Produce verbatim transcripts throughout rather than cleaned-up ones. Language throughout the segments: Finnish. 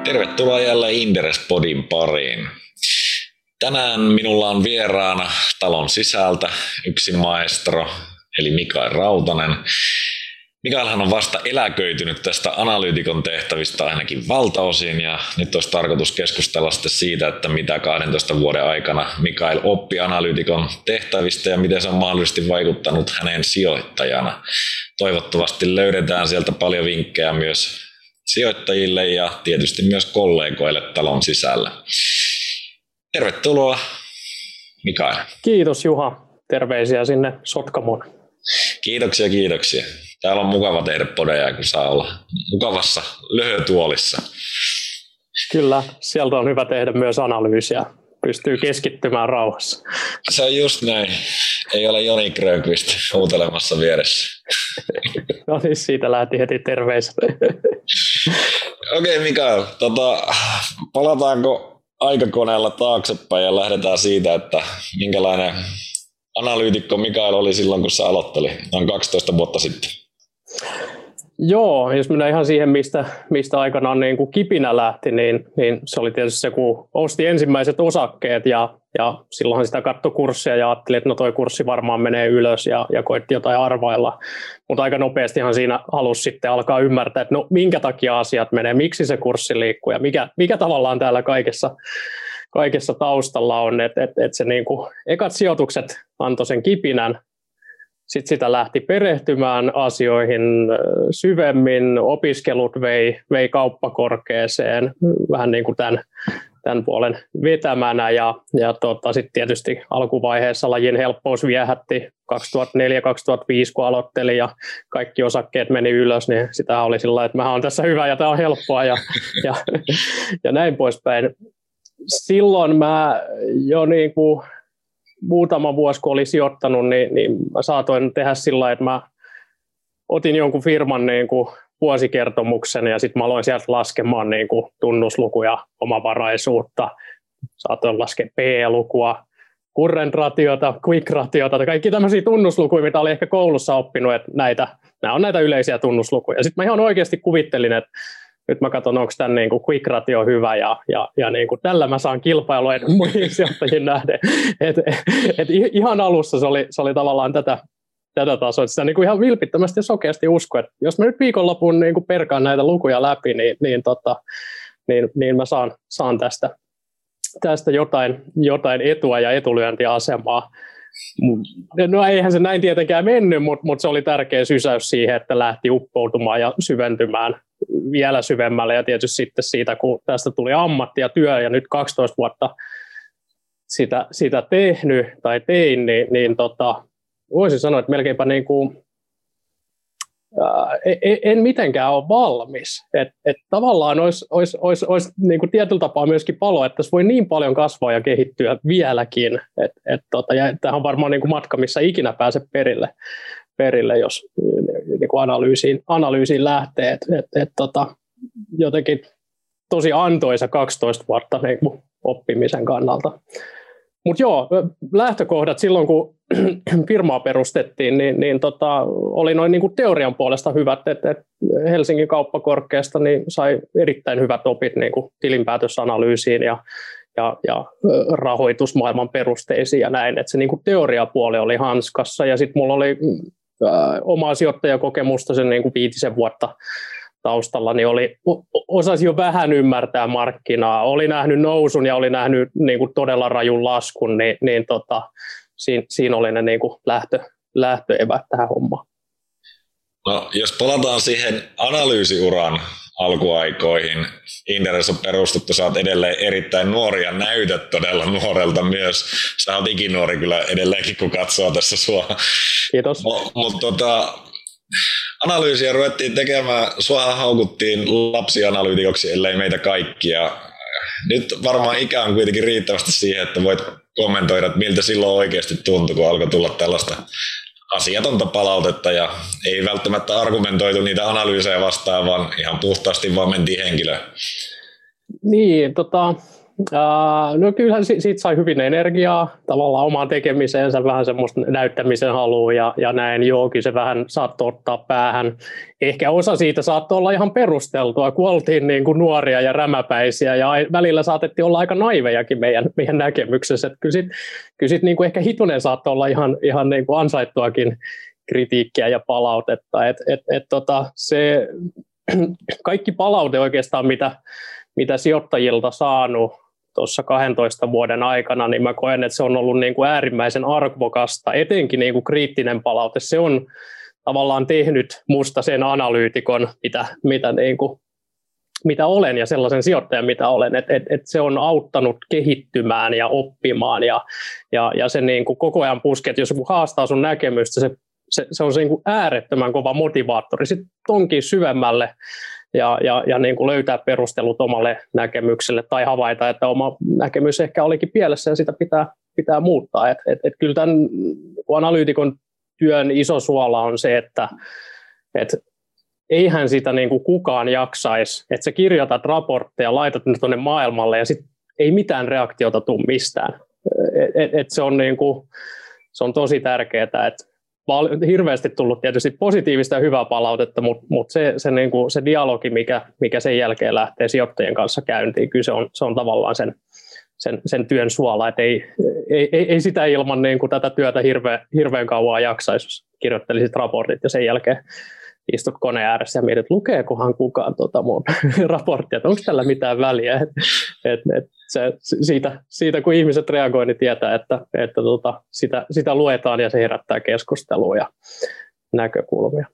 Tervetuloa jälleen Inderes-podin pariin. Tänään minulla on vieraana talon sisältä yksin maestro, eli Mikael Rautanen. Mikaelhan on vasta eläköitynyt tästä analyytikon tehtävistä ainakin valtaosin, ja nyt olisi tarkoitus keskustella sitten siitä, että mitä kahdentoista vuoden aikana Mikael oppi analyytikon tehtävistä ja miten se on mahdollisesti vaikuttanut hänen sijoittajana. Toivottavasti löydetään sieltä paljon vinkkejä myös sijoittajille ja tietysti myös kollegoille talon sisällä. Tervetuloa, Mikael. Kiitos Juha. Terveisiä sinne Sotkamoon. Kiitoksia, kiitoksia. Täällä on mukava tehdä podeja, kun saa olla mukavassa löhötuolissa. Kyllä, sieltä on hyvä tehdä myös analyysiä. Pystyy keskittymään rauhassa. Se on just näin. Ei ole Joni Grönqvist huutelemassa vieressä. No niin, siitä lähti heti terveiset. Okei, okay, Mikael. Tota, palataanko aikakoneella taaksepäin ja lähdetään siitä, että minkälainen analyytikko Mikael oli silloin, kun se aloitteli noin kaksitoista vuotta sitten? Joo, jos mennään ihan siihen, mistä, mistä aikanaan niin kuin kipinä lähti, niin, niin se oli tietysti se, kun osti ensimmäiset osakkeet ja, ja silloinhan sitä katsoi kurssia ja ajatteli, että no toi kurssi varmaan menee ylös ja, ja koitti jotain arvailla. Mutta aika nopeastihan siinä halusi sitten alkaa ymmärtää, että no minkä takia asiat menee, miksi se kurssi liikkuu ja mikä, mikä tavallaan täällä kaikessa, kaikessa taustalla on, että et, et se niin kuin ekat sijoitukset antoi sen kipinän. Sitten sitä lähti perehtymään asioihin syvemmin, opiskelut vei, vei kauppakorkeeseen vähän niin kuin tämän, tämän puolen vetämänä ja, ja tota, sitten tietysti alkuvaiheessa lajin helppous viehätti kaksituhattaneljä kaksituhattaviisi kun aloittelin ja kaikki osakkeet meni ylös, niin sitä oli sillä lailla, että mä oon tässä hyvä ja tämä on helppoa ja, ja, ja näin poispäin. Silloin mä jo niin kuin muutama vuosi, kun olin sijoittanut, niin, niin mä saatoin tehdä sillä lailla, että mä otin jonkun firman niin kuin vuosikertomuksen ja sitten mä aloin sieltä laskemaan niin kuin tunnuslukuja, omavaraisuutta, saatoin laskea P E-lukua, current ratiota, quick ratiota, kaikki tämmöisiä tunnuslukuja, mitä olin ehkä koulussa oppinut, että näitä, nämä on näitä yleisiä tunnuslukuja. Sitten mä ihan oikeasti kuvittelin, että nyt mä katson, onko tämän niin kuin quick ratio hyvä ja, ja, ja niin kuin tällä mä saan kilpailua muihin sijoittajiin nähden. Et, et ihan alussa se oli, se oli tavallaan tätä, tätä tasoa, että sitä niin kuin ihan vilpittömästi ja sokeasti usko, että jos mä nyt viikonlopun niin kuin perkaan näitä lukuja läpi, niin, niin, tota, niin, niin mä saan, saan tästä, tästä jotain, jotain etua ja etulyöntiasemaa. No eihän se näin tietenkään mennyt, mutta, mutta se oli tärkeä sysäys siihen, että lähti uppoutumaan ja syventymään vielä syvemmälle ja tietysti sitten siitä, kun tästä tuli ammatti ja työ ja nyt kaksitoista vuotta sitä, sitä tehnyt tai tein, niin, niin tota, voisin sanoa, että melkeinpä niin kuin, ää, en mitenkään ole valmis. Et, et tavallaan olisi, olisi, olisi, olisi niin kuin tietyllä tapaa myöskin palo, että tässä voi niin paljon kasvaa ja kehittyä vieläkin. Et, et tota, ja tämä on varmaan niin kuin matka, missä ikinä pääse perille. perille, jos niin kuin analyysiin, analyysiin lähtee. Et, et, et, tota, jotenkin tosi antoisa kaksitoista vuotta niin kuin oppimisen kannalta. Mutta joo, lähtökohdat silloin, kun firmaa perustettiin, niin, niin tota, oli noin niin kuin teorian puolesta hyvät, että et Helsingin kauppakorkeasta niin sai erittäin hyvät opit niin kuin tilinpäätösanalyysiin ja Ja, ja rahoitusmaailman perusteisiin ja näin, että se niin kuin teoriapuoli oli hanskassa ja sitten mulla oli äh, omaa sijoittajakokemusta sen niin kuin viitisen vuotta taustalla, niin oli, osasi jo vähän ymmärtää markkinaa, oli nähnyt nousun ja oli nähnyt niin kuin todella rajun laskun, niin, niin tota, siinä, siinä oli ne niin kuin lähtö, lähtöevät tähän hommaan. No, jos palataan siihen analyysiuran alkuaikoihin, Inderes on perustettu, sä oot edelleen erittäin nuori ja näytät todella nuorelta myös. Sä oot ikinuori kyllä edelleenkin, kun katsoo tässä sua. Kiitos. Mutta mut, tota, analyysiä ruvettiin tekemään, sua haukuttiin lapsianalyytikoksi, ellei meitä kaikkia. Nyt varmaan ikä on kuitenkin riittävästi siihen, että voit kommentoida, että miltä silloin oikeasti tuntui, kun alkoi tulla tällaista asiatonta palautetta ja ei välttämättä argumentoitu niitä analyysejä vastaan, vaan ihan puhtaasti vaan mentiin henkilöön. Niin, tota, Uh, no kyllähän si- siitä sai hyvin energiaa tavallaan omaan tekemiseensä, vähän semmoista näyttämisen halua ja, ja näin. Joo, kyllä se vähän saattoi ottaa päähän. Ehkä osa siitä saattoi olla ihan perusteltua, kun oltiin niin kuin nuoria ja rämäpäisiä ja välillä saatettiin olla aika naivejakin meidän, meidän näkemyksessä. Että kyllä sitten kyllä sit niin kuin ehkä hitunen saattoi olla ihan, ihan niin kuin ansaittuakin kritiikkiä ja palautetta. Et, et, et tota, se, kaikki palaute oikeastaan, mitä, mitä sijoittajilta saanut tuossa kahdentoista vuoden aikana, niin mä koen, että se on ollut niin kuin äärimmäisen arvokasta, etenkin niin kuin kriittinen palaute. Se on tavallaan tehnyt musta sen analyytikon, mitä, mitä, niin kuin, mitä olen ja sellaisen sijoittajan, mitä olen. Et, et, et se on auttanut kehittymään ja oppimaan ja, ja, ja se niin kuin koko ajan pusket, jos joku haastaa sun näkemystä, se, se, se on se niin kuin äärettömän kova motivaattori. Sitten tonkin syvemmälle ja, ja, ja niin kuin löytää perustelut omalle näkemykselle tai havaita, että oma näkemys ehkä olikin pielessä ja sitä pitää, pitää muuttaa. Et, et, et kyllä tämän analyytikon työn iso suola on se, että et eihän sitä niin kuin kukaan jaksaisi, että sä kirjoitat raportteja, laitat ne tuonne maailmalle ja sitten ei mitään reaktiota tule mistään. Et, et se, on niin kuin, se on tosi tärkeää, että hirveästi tullut tietysti positiivista ja hyvää palautetta, mutta, mutta se, se, niin kuin, se dialogi, mikä, mikä sen jälkeen lähtee sijoittajien kanssa käyntiin, kyllä se on, se on tavallaan sen, sen, sen työn suola, että ei, ei, ei, ei sitä ilman niin kuin tätä työtä hirveän, hirveän kauan jaksaisi, jos kirjoittelisit raportit ja sen jälkeen istut koneen ääressä ja mietit, lukeekohan kukaan tuota mun raporttia, että onko tällä mitään väliä. Et, et, et se, siitä, siitä, kun ihmiset reagoivat, niin tietää, että, että tota, sitä, sitä luetaan ja se herättää keskustelua ja näkökulmia.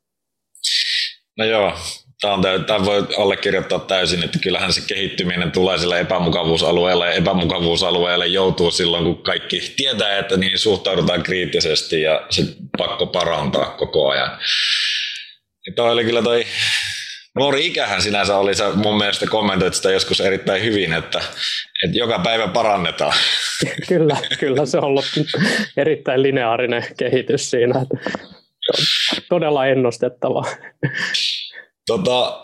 No joo, tämä voi allekirjoittaa täysin, että kyllähän se kehittyminen tulee sillä epämukavuusalueella ja epämukavuusalueelle joutuu silloin, kun kaikki tietää, että niin suhtaudutaan kriittisesti ja se pakko parantaa koko ajan. Ja toi oli kyllä toi nuori ikähän sinänsä oli, sä mun mielestä kommentoit sitä joskus erittäin hyvin, että, että joka päivä parannetaan. Kyllä, kyllä se on ollut erittäin lineaarinen kehitys siinä, että todella ennustettavaa. Tota,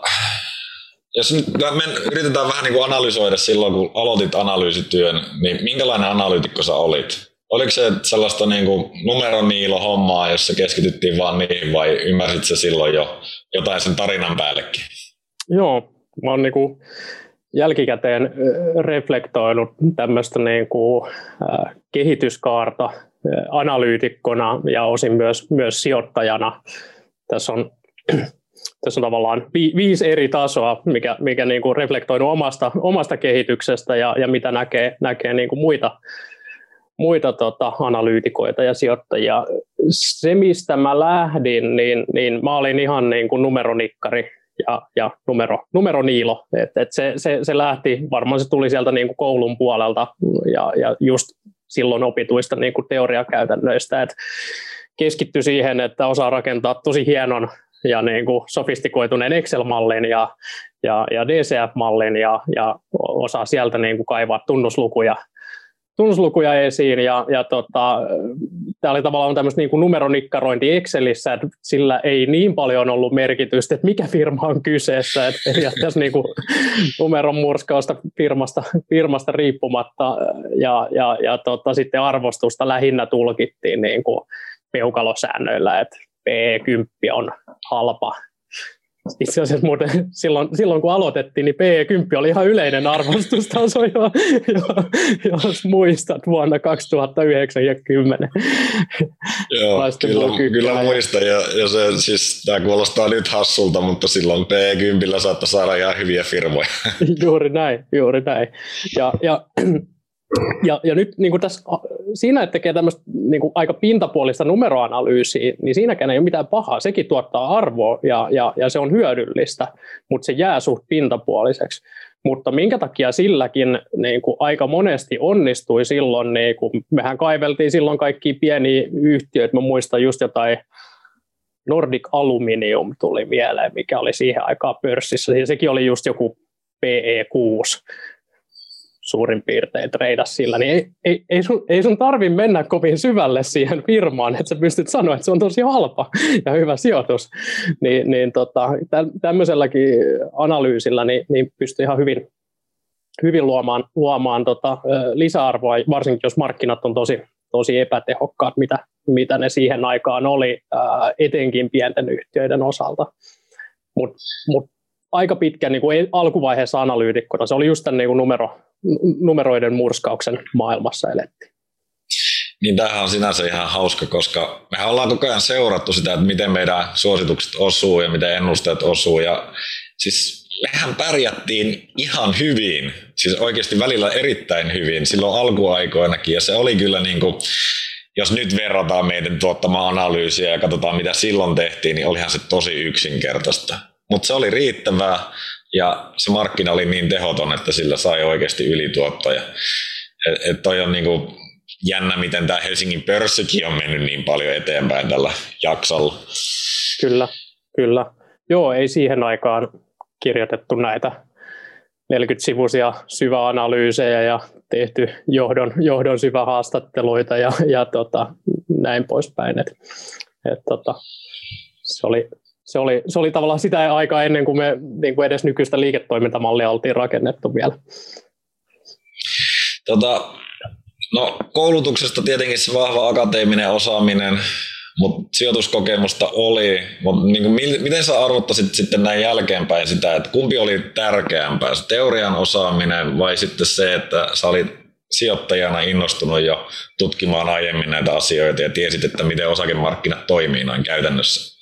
jos nyt me yritetään vähän niin kuin analysoida silloin, kun aloitit analyysityön, niin minkälainen analyytikko sä olit? Oliko se sellaista niin kuin numeroniilo-hommaa, jossa keskityttiin vaan niihin, vai ymmärsit sä silloin jo jotain sen tarinan päällekin? Joo, mä oon niin kuin jälkikäteen reflektoinut tämmöistä niin kuin kehityskaarta analyytikkona ja osin myös, myös sijoittajana. Tässä on, tässä on tavallaan vi, viisi eri tasoa, mikä, mikä niin kuin reflektoinut omasta, omasta kehityksestä ja, ja mitä näkee, näkee niin kuin muita muita tota, analyytikoita ja sijoittajia. Se, mistä mä lähdin, niin, niin mä olin ihan niin kuin numeronikkari ja, ja numero, numeroniilo. Et, et se, se, se lähti, varmaan se tuli sieltä niin kuin koulun puolelta ja, ja just silloin opituista niin kuin teoriakäytännöistä. Et keskittyi siihen, että osaa rakentaa tosi hienon ja niin kuin sofistikoituneen Excel-mallin ja, ja, ja D C F-mallin ja, ja osaa sieltä niin kuin kaivaa tunnuslukuja tunnuslukuja esiin, ja, ja tota, tämä oli tavallaan tämmöistä niin kuin numeronikkarointi Excelissä, että sillä ei niin paljon ollut merkitystä, että mikä firma on kyseessä, että periaatteessa niin kuin numeron murskausta firmasta, firmasta riippumatta, ja, ja, ja tota, sitten arvostusta lähinnä tulkittiin niin kuin peukalosäännöillä, että P E kymmenen on halpa. Itse asiassa muuten silloin, silloin kun aloitettiin, niin P E kymmenen oli ihan yleinen arvostustaso, jo, jo, jos muistat, vuonna kaksituhattayhdeksän ja kymmenen. Joo, kyllä, kyllä muistan. Ja, ja se, siis, tämä kuulostaa nyt hassulta, mutta silloin P E kymmenen saattoi saada ihan hyviä firmoja. Juuri näin, juuri näin. Ja, ja, ja, ja nyt niin kuin tässä, siinä, että tekee tämmöistä niin kuin aika pintapuolista numeroanalyysiä, niin siinäkään ei ole mitään pahaa. Sekin tuottaa arvoa ja, ja, ja se on hyödyllistä, mutta se jää suht pintapuoliseksi. Mutta minkä takia silläkin niin kuin aika monesti onnistui silloin, niin kuin, mehän kaiveltiin silloin kaikkia pieniä yhtiöitä, mä muistan just jotain Nordic Aluminium tuli mieleen, mikä oli siihen aikaan pörssissä, ja sekin oli just joku P E kuusi. Suurin piirtein treidas sillä, niin ei, ei, ei sun, ei sun tarvi mennä kovin syvälle siihen firmaan, että sä pystyt sanoa, että se on tosi halpa ja hyvä sijoitus. Niin, niin tota, tämmöiselläkin analyysillä niin, niin pystyy ihan hyvin, hyvin luomaan, luomaan tota, lisäarvoa, varsinkin jos markkinat on tosi, tosi epätehokkaat, mitä, mitä ne siihen aikaan oli, ää, etenkin pienten yhtiöiden osalta. Mutta mut aika pitkä niin kuin alkuvaiheessa analyytikkona, se oli just tämän niin kuin numero, numeroiden murskauksen maailmassa elettiin. Niin tämähän on sinänsä ihan hauska, koska mehän ollaan koko ajan seurattu sitä, että miten meidän suositukset osuu ja miten ennusteet osuu. Ja siis mehän pärjättiin ihan hyvin, siis oikeasti välillä erittäin hyvin silloin alkuaikoinakin. Ja se oli kyllä niin kuin, jos nyt verrataan meidän tuottamaa analyysiä ja katsotaan mitä silloin tehtiin, niin olihan se tosi yksinkertaista. Mutta se oli riittävää ja se markkina oli niin tehoton, että sillä sai oikeasti ylituottoja. Et, et toi on niinku jännä, miten tämä Helsingin pörssikin on mennyt niin paljon eteenpäin tällä jaksolla. Kyllä, kyllä. Joo, ei siihen aikaan kirjoitettu näitä neljäkymmentä-sivuisia syväanalyysejä ja tehty johdon, johdon syvähaastatteluita ja, ja tota, näin poispäin. Et, et, tota, se oli... Se oli, se oli tavallaan sitä aikaa ennen kuin me niin kuin edes nykyistä liiketoimintamallia oltiin rakennettu vielä. Tota, no, koulutuksesta tietenkin se vahva akateeminen osaaminen, mutta sijoituskokemusta oli. Mut niin kuin, miten sä arvottaisit sitten näin jälkeenpäin sitä, että kumpi oli tärkeämpää, se teorian osaaminen vai sitten se, että sä olit sijoittajana innostunut jo tutkimaan aiemmin näitä asioita ja tiesit, että miten osakemarkkinat toimii noin käytännössä?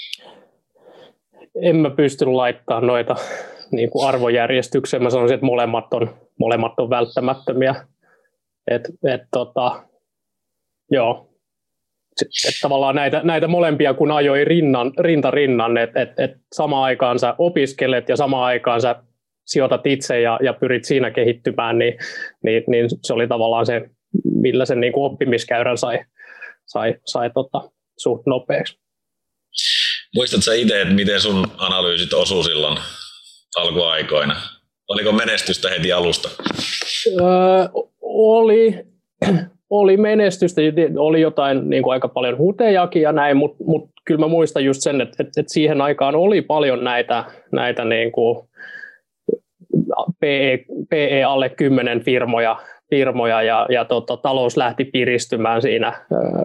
En mä pysty laittamaan noita niin kuin arvojärjestykseen. Mä sanoisin, että molemmat on, molemmat on välttämättömiä. Et, et, tota, joo. Et tavallaan näitä, näitä molempia kun ajoi rinnan, rinta rinnan, että et, et samaan aikaan sä opiskelet ja samaan aikaan sä sijoitat itse ja, ja pyrit siinä kehittymään, niin, niin, niin se oli tavallaan se, millä sen niin kuin oppimiskäyrän sai, sai, sai tota, suht nopeaksi. Muistatko sä itse, että miten sun analyysit osuu silloin alkuaikoina? Oliko menestystä heti alusta? Öö, oli, oli menestystä, oli jotain niin kuin aika paljon hutejakin ja näin, mutta mut kyllä mä muistan just sen, että, että, että siihen aikaan oli paljon näitä, näitä niin kuin P E, P E alle kymmenen firmoja, firmoja ja, ja tota, talous lähti piristymään siinä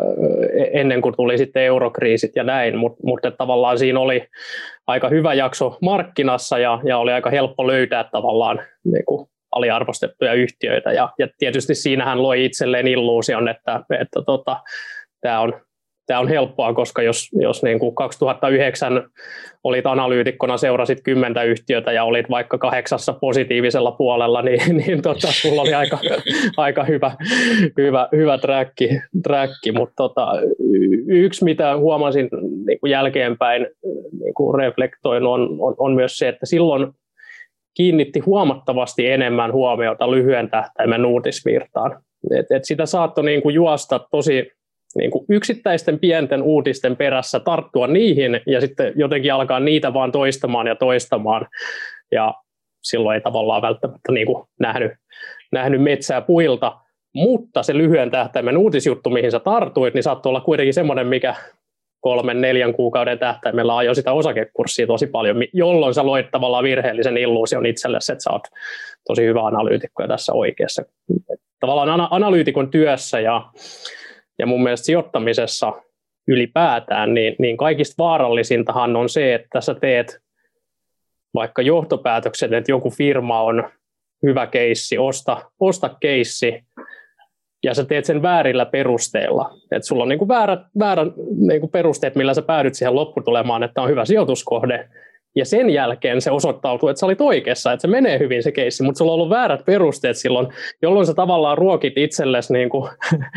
ennen kuin tuli sitten eurokriisit ja näin, mutta mut, tavallaan siinä oli aika hyvä jakso markkinassa ja, ja oli aika helppo löytää tavallaan niin kuin aliarvostettuja yhtiöitä ja, ja tietysti siinähän loi itselleen illuusion, että, että tota, tämä on Tämä on helppoa, koska jos, jos niin kuin kaksituhattayhdeksän olit analyytikkona, seurasit kymmentä yhtiötä ja olit vaikka kahdeksassa positiivisella puolella, niin, niin tota, sulla oli aika, aika hyvä, hyvä, hyvä träkki, träkki. Mutta tota, yksi, mitä huomasin niin kuin jälkeenpäin niin kuin reflektoin, on, on, on myös se, että silloin kiinnitti huomattavasti enemmän huomiota lyhyen tähtäimen uutisvirtaan. Et, et sitä saattoi niin kuin juosta tosi niin kuin yksittäisten pienten uutisten perässä, tarttua niihin ja sitten jotenkin alkaa niitä vaan toistamaan ja toistamaan. Ja silloin ei tavallaan välttämättä niin kuin nähnyt, nähnyt metsää puilta, mutta se lyhyen tähtäimen uutisjuttu, mihin sä tartuit, niin saattoi olla kuitenkin semmoinen, mikä kolmen, neljän kuukauden tähtäimellä ajoi sitä osakekurssia tosi paljon, jolloin sä loit tavallaan virheellisen illuusion itsellesi, että sä oot tosi hyvä analyytikko ja tässä oikeassa. Tavallaan analyytikon työssä ja Ja mun mielestä sijoittamisessa ylipäätään, niin, niin kaikista vaarallisintahan on se, että sä teet vaikka johtopäätökset, että joku firma on hyvä keissi, osta, osta keissi, ja sä teet sen väärillä perusteilla. Että sulla on niinku väärät, väärät niinku perusteet, millä sä päädyt siihen lopputulemaan, että on hyvä sijoituskohde, ja sen jälkeen se osoittautuu, että sä olit oikeassa, että se menee hyvin se keissi, mutta sulla on ollut väärät perusteet silloin, jolloin sä tavallaan ruokit itsellesi niin kuin,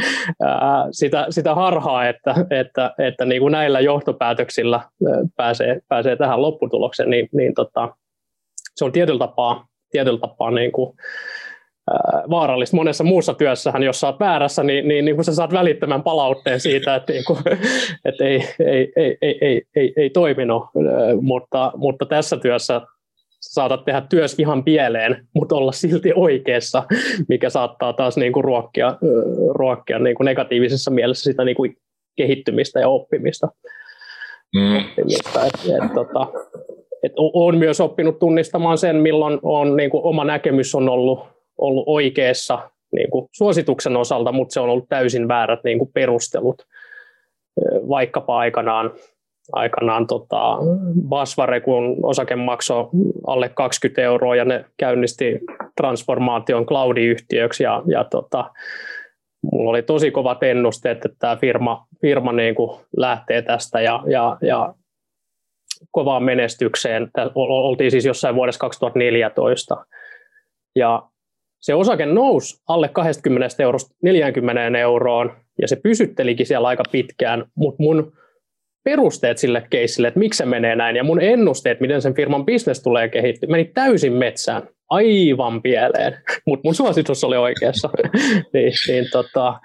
ää, sitä, sitä harhaa, että, että, että niin kuin näillä johtopäätöksillä pääsee, pääsee tähän lopputulokseen, niin, niin tota, se on tietyllä tapaa, tietyllä tapaa niin kuin, vaarallista. Monessa muussa työssähän, jos sä oot väärässä, niin, niin, niin kun sä saat välittömän palautteen siitä, että, niin kuin, että ei, ei, ei, ei, ei, ei, ei toiminut, mutta, mutta tässä työssä saatat tehdä työs ihan pieleen, mutta olla silti oikeassa, mikä saattaa taas niin kuin ruokkia, ruokkia niin kuin negatiivisessa mielessä sitä niin kuin kehittymistä ja oppimista. Mm. oppimista. Et, et, tota, et olen myös oppinut tunnistamaan sen, milloin on, niin kuin oma näkemys on ollut, ollut oikeassa niin kuin suosituksen osalta, mutta se on ollut täysin väärät niin kuin perustelut. Vaikkapa aikanaan, aikanaan tota, Basware, kun osake maksoi alle kaksikymmentä euroa ja ne käynnisti transformaation cloud-yhtiöksi ja, ja tota, mulla oli tosi kovat ennusteet, että tämä firma, firma niin kuin lähtee tästä ja, ja, ja kovaan menestykseen. Oltiin siis jossain vuodessa kaksituhattaneljätoista. Ja se osake nousi alle kaksikymmentä eurosta neljäänkymmeneen euroon, ja se pysyttelikin siellä aika pitkään, mutta mun perusteet sille keissille, että miksi se menee näin, ja mun ennusteet, miten sen firman business tulee kehittyä, meni täysin metsään, aivan pieleen, mutta mun suositus oli oikeassa. niin, niin tota,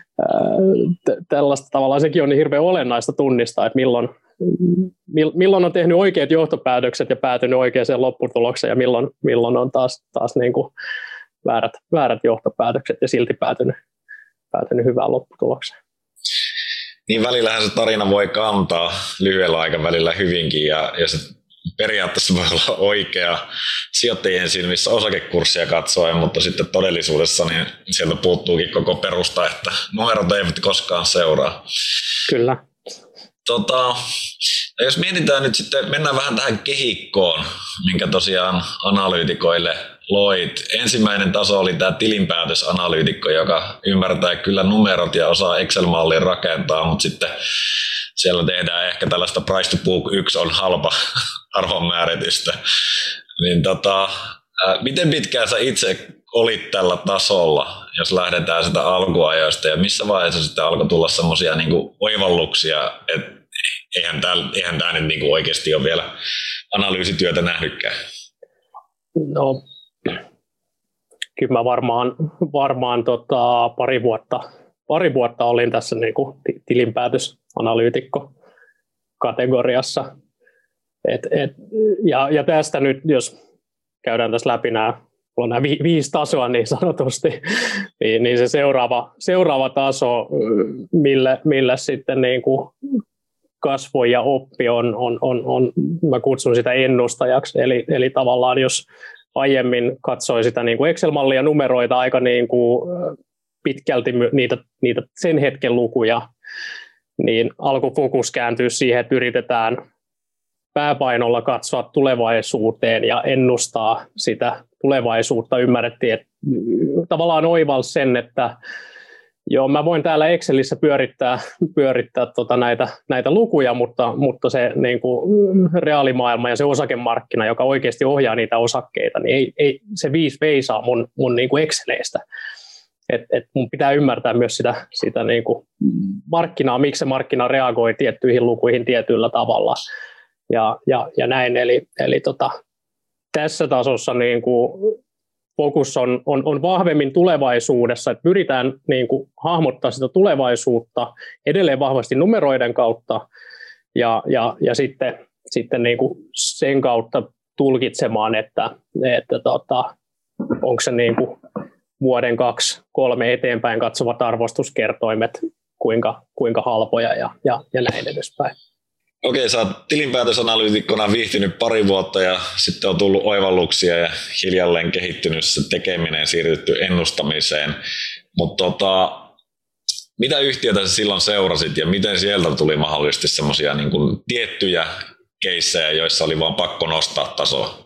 tä- tällaista tavallaan sekin on niin hirveän olennaista tunnistaa, että milloin, milloin on tehnyt oikeat johtopäätökset ja päätynyt oikeaan lopputulokseen, ja milloin, milloin on taas, taas niin kuin väärät, väärät johtopäätökset ja silti päätynyt, päätynyt hyvään lopputulokseen. Niin välillähän se tarina voi kantaa lyhyellä aikavälillä hyvinkin ja, ja se periaatteessa voi olla oikea sijoittajien silmissä osakekurssia katsoen, mutta sitten todellisuudessa niin sieltä puuttuukin koko perusta, että numerot eivät koskaan seuraa. Kyllä. Tota, jos mietitään nyt sitten, mennään vähän tähän kehikkoon, minkä tosiaan analyytikoille loit. Ensimmäinen taso oli tämä tilinpäätösanalyytikko, joka ymmärtää kyllä numerot ja osaa Excel-mallia rakentaa, mutta sitten siellä tehdään ehkä tällaista price to book yksi on halpa arvonmääritystä. Niin tota, ää, miten pitkään sä itse olit tällä tasolla, jos lähdetään sitä alkuajoista, ja missä vaiheessa sitten alkoi tulla semmoisia niinku oivalluksia, että eihän tämä, eihän tämä nyt niinku oikeasti ole vielä analyysityötä nähnytkään? No, kyllä mä varmaan, varmaan tota, pari, vuotta, pari vuotta olin tässä niinku tilinpäätösanalyytikko kategoriassa. Et, et, ja, ja tästä nyt, jos käydään tässä läpi nämä, on nämä vi, viisi tasoa niin sanotusti, niin, niin se seuraava, seuraava taso, millä, millä sitten niin kuin kasvoi ja oppi on, on, on, on, mä kutsun sitä ennustajaksi, eli, eli tavallaan jos aiemmin katsoi sitä niin kuin Excel-mallia numeroita aika niin kuin pitkälti niitä, niitä sen hetken lukuja, niin alkoi fokus kääntyä siihen, että yritetään pääpainolla katsoa tulevaisuuteen ja ennustaa sitä tulevaisuutta. Ymmärrettiin, että tavallaan oivalsi sen, että joo, mä voin täällä Excelissä pyörittää, pyörittää tota näitä, näitä lukuja, mutta, mutta se niin kuin reaalimaailma ja se osakemarkkina, joka oikeasti ohjaa niitä osakkeita, niin ei, ei se viisi veisaa mun, mun niin kuin Exceleistä. Et, et mun pitää ymmärtää myös sitä, sitä niin kuin markkinaa, miksi se markkina reagoi tiettyihin lukuihin tietyllä tavalla. Ja, ja, ja näin, eli, eli tota, tässä tasossa niin kuin fokus on, on, on vahvemmin tulevaisuudessa, että pyritään niin kuin hahmottaa sitä tulevaisuutta edelleen vahvasti numeroiden kautta ja, ja, ja sitten, sitten niin kuin sen kautta tulkitsemaan, että, että tota, onko se niin kuin vuoden kaksi, kolme eteenpäin katsovat arvostuskertoimet, kuinka, kuinka halpoja ja, ja, ja näin edespäin. Okei, sä oot tilinpäätösanalyytikkona viihtynyt pari vuotta ja sitten on tullut oivalluksia ja hiljalleen kehittynyt se tekeminen, siirrytty ennustamiseen. Mutta tota, mitä yhtiötä sä silloin seurasit ja miten sieltä tuli mahdollisesti semmoisia niin kuin tiettyjä keissejä, joissa oli vaan pakko nostaa tasoa?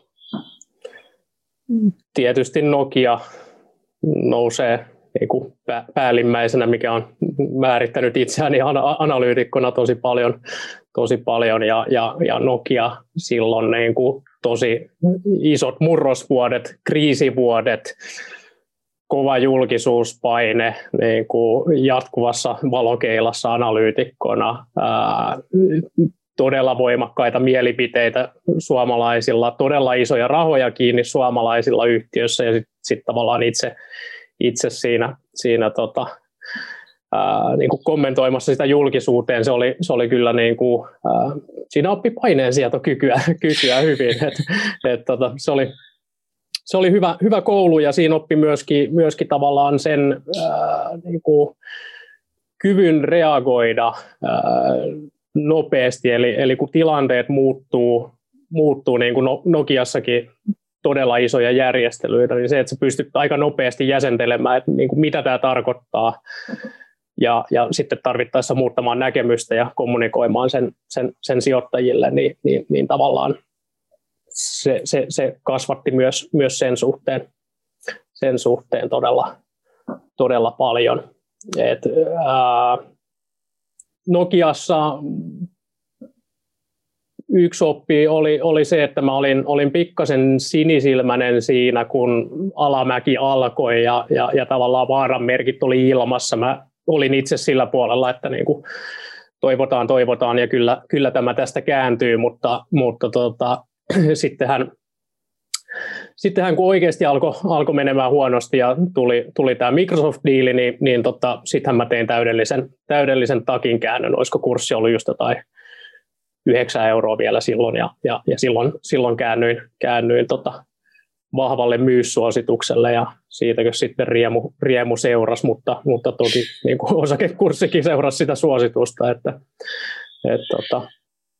Tietysti Nokia nousee niin kuin päällimmäisenä, mikä on määrittänyt itseäni analyytikkona tosi paljon, tosi paljon ja, ja, ja Nokia silloin niin kuin tosi isot murrosvuodet, kriisivuodet, kova julkisuuspaine niin kuin jatkuvassa valokeilassa analyytikkona, ää, todella voimakkaita mielipiteitä suomalaisilla, todella isoja rahoja kiinni suomalaisilla yhtiöissä ja sitten sit tavallaan itse itse siinä, siinä tota, ää, niin kuin kommentoimassa sitä julkisuuteen, se oli, se oli kyllä niin kuin, ää, siinä oppi paineensietokykyä kykyä hyvin, et, et, tota, se oli, se oli hyvä, hyvä koulu ja siinä oppi myöskin, myöskin tavallaan sen ää, niin kuin kyvyn reagoida ää, nopeasti, eli, eli kun tilanteet muuttuu muuttuu niin kuin Nokiassakin todella isoja järjestelyitä, niin se, että sä pystyt aika nopeasti jäsentelemään, että niin kuin mitä tämä tarkoittaa, ja, ja sitten tarvittaessa muuttamaan näkemystä ja kommunikoimaan sen, sen, sen sijoittajille, niin, niin, niin tavallaan se, se, se kasvatti myös, myös sen suhteen, sen suhteen todella, todella paljon. Et, ää, Nokiassa yksi oppi oli, oli se, että mä olin, olin pikkasen sinisilmäinen siinä, kun alamäki alkoi ja, ja, ja tavallaan vaaranmerkit oli ilmassa. Mä olin itse sillä puolella, että niin kuin toivotaan, toivotaan ja kyllä, kyllä tämä tästä kääntyy, mutta, mutta tota, sittenhän, sittenhän kun oikeasti alkoi alko menemään huonosti ja tuli, tuli tämä Microsoft-diili, niin, niin tota, sittenhän mä tein täydellisen, täydellisen takin käännön. Olisiko kurssi ollut just jotain yhdeksän euroa vielä silloin, ja, ja, ja silloin, silloin käännyin, käännyin tota vahvalle myyssuositukselle, ja siitäkö sitten riemu, riemu seurasi, mutta, mutta toki niin kuin osakekurssikin seurasi sitä suositusta, että et, tota,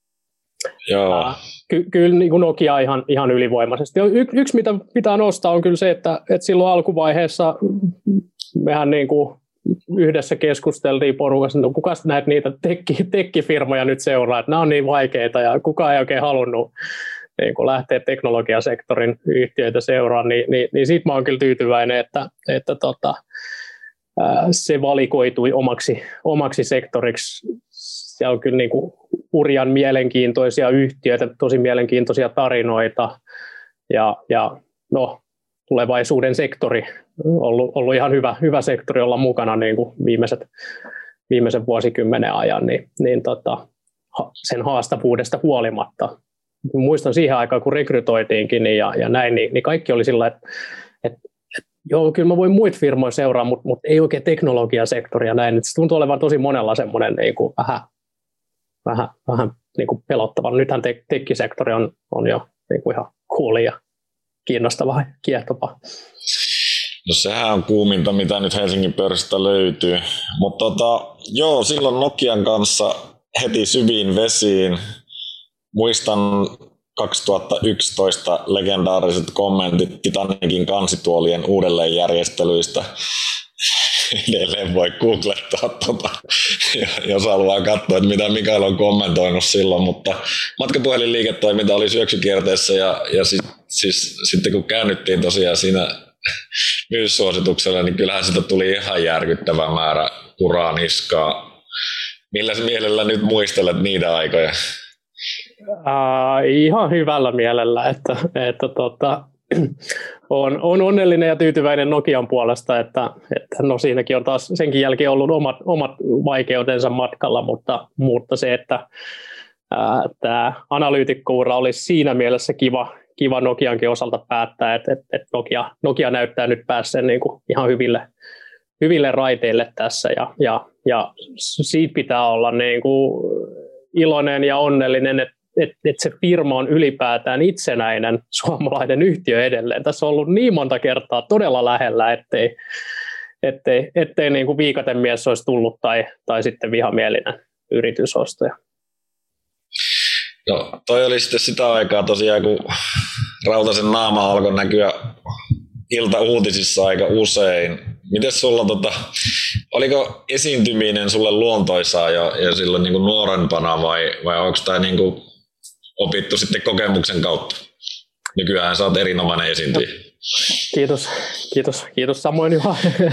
Joo. Ky, kyllä niin kuin Nokia ihan, ihan ylivoimaisesti. Y, yksi, mitä pitää nostaa, on kyllä se, että, että silloin alkuvaiheessa mehän niin kuin yhdessä keskusteltiin porukassa, että kuka näitä niitä tekki, tekkifirmoja nyt seuraa, että nämä on niin vaikeita ja kukaan ei oikein halunnut niin kun lähteä teknologiasektorin yhtiöitä seuraamaan, niin, niin, niin siitä mä oon kyllä tyytyväinen, että, että tota, ää, se valikoitui omaksi, omaksi sektoriksi. Siellä on kyllä niin kuin hurjan mielenkiintoisia yhtiöitä, tosi mielenkiintoisia tarinoita ja, ja no, tulevaisuuden sektori on ollut, ollut ihan hyvä, hyvä sektori olla mukana niin kuin viimeiset, viimeisen vuosikymmenen ajan, niin, niin tota, sen haastavuudesta huolimatta. Muistan siihen aikaan, kun rekrytoitiinkin niin ja, ja näin, niin, niin kaikki oli sillä, että, että, että joo, kyllä mä voin muita firmoja seuraa, mutta, mutta ei oikein teknologiasektoria näin. Että se tuntuu olevan tosi monella semmoinen niin kuin vähän, vähän, vähän niin kuin pelottava. Nythän te, tekkisektori on, on jo niin kuin ihan cool ja kiinnostava ja kiehtova. No sehän on kuuminta, mitä nyt Helsingin pörssistä löytyy. Mutta tota, joo, silloin Nokian kanssa heti syviin vesiin. Muistan kaksituhattayksitoista legendaariset kommentit Titanicin kansituolien uudelleenjärjestelyistä. Edelleen voi googlettaa, tota, jos haluaa katsoa, että mitä Mikael on kommentoinut silloin, mutta matkapuhelinliiketoiminta oli syöksykierteessä ja, ja sit, siis, sitten kun käännyttiin tosiaan siinä myyssuosituksella, niin kyllähän sitä tuli ihan järkyttävä määrä kuraa niskaa. Millä mielellä nyt muistelet niitä aikoja? Uh, ihan hyvällä mielellä, että, että tota, on, on onnellinen ja tyytyväinen Nokian puolesta, että, että no siinäkin on taas senkin jälkeen ollut omat, omat vaikeutensa matkalla, mutta, mutta se, että uh, tämä analyytikkoura olisi siinä mielessä kiva, kiva Nokiankin osalta päättää, että, että, että Nokia, Nokia näyttää nyt päässeen niin kuin ihan hyville, hyville raiteille tässä ja, ja, ja siitä pitää olla niin kuin iloinen ja onnellinen, että että et se firma on ylipäätään itsenäinen suomalainen yhtiö edelleen. Tässä on ollut niin monta kertaa todella lähellä, ettei, ettei, ettei niin kuin viikatemies olisi tullut tai, tai sitten vihamielinen yritysostaja. No, toi oli sitten sitä aikaa tosiaan, kun Rautasen naama alkoi näkyä iltauutisissa aika usein. Mites sulla, tota, oliko esiintyminen sulle luontoisaa jo, jo silloin niin kuin nuorempana vai, vai onko tämä niin kuin opittu sitten kokemuksen kautta? Nykyään sä oot erinomainen esiintyjä. Kiitos, kiitos, kiitos samoin Juha.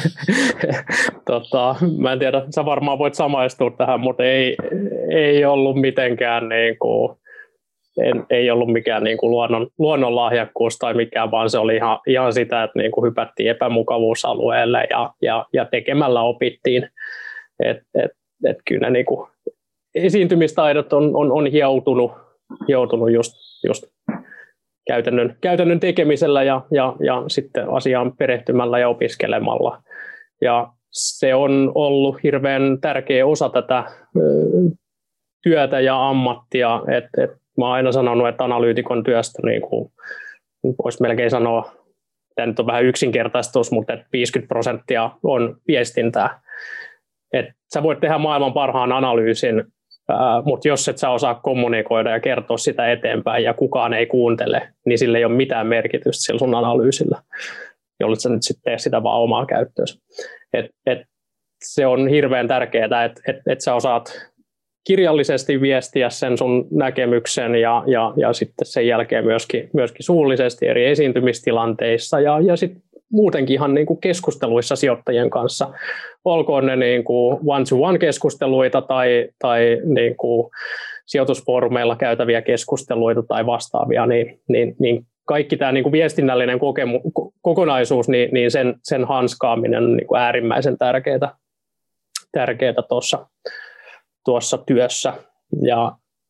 tota, mä en tiedä, sä varmaan voit samaistua tähän, mutta ei, ei ollut mitenkään niin kuin, en, ei ollut mikään niin kuin luonnon, luonnonlahjakkuus tai mikään, vaan se oli ihan, ihan sitä, että niin kuin hypättiin epämukavuusalueelle ja, ja, ja tekemällä opittiin. Et, et, et kyllä niin kuin esiintymistaidot on, on, on hioutunut, hioutunut just, just käytännön, käytännön tekemisellä ja, ja, ja sitten asiaan perehtymällä ja opiskelemalla. Ja se on ollut hirveän tärkeä osa tätä ö, työtä ja ammattia, että et, mä oon aina sanonut, että analyytikon työstä niin kuin, voisi melkein sanoa, tämä nyt on vähän yksinkertaistus, mutta että viisikymmentä prosenttia on viestintää. Et sä voit tehdä maailman parhaan analyysin mutta jos et sä osaa kommunikoida ja kertoa sitä eteenpäin ja kukaan ei kuuntele, niin sillä ei ole mitään merkitystä sillä sun analyysillä, jolloin sä nyt sitten tee sitä vaan omaa käyttöön. Et, et se on hirveän tärkeää, että et, et sä osaat kirjallisesti viestiä sen sun näkemyksen ja, ja, ja sitten sen jälkeen myöskin, myöskin suullisesti eri esiintymistilanteissa ja, ja sitten muutenkin ihan niin kuin keskusteluissa sijoittajien kanssa, olkoon ne niin kuin one-to-one-keskusteluita tai, tai niin kuin sijoitusfoorumeilla käytäviä keskusteluita tai vastaavia, niin, niin, niin kaikki tämä niin kuin viestinnällinen kokemu, kokonaisuus, niin, niin sen, sen hanskaaminen on niin kuin äärimmäisen tärkeää, tärkeää tuossa, tuossa työssä. Ja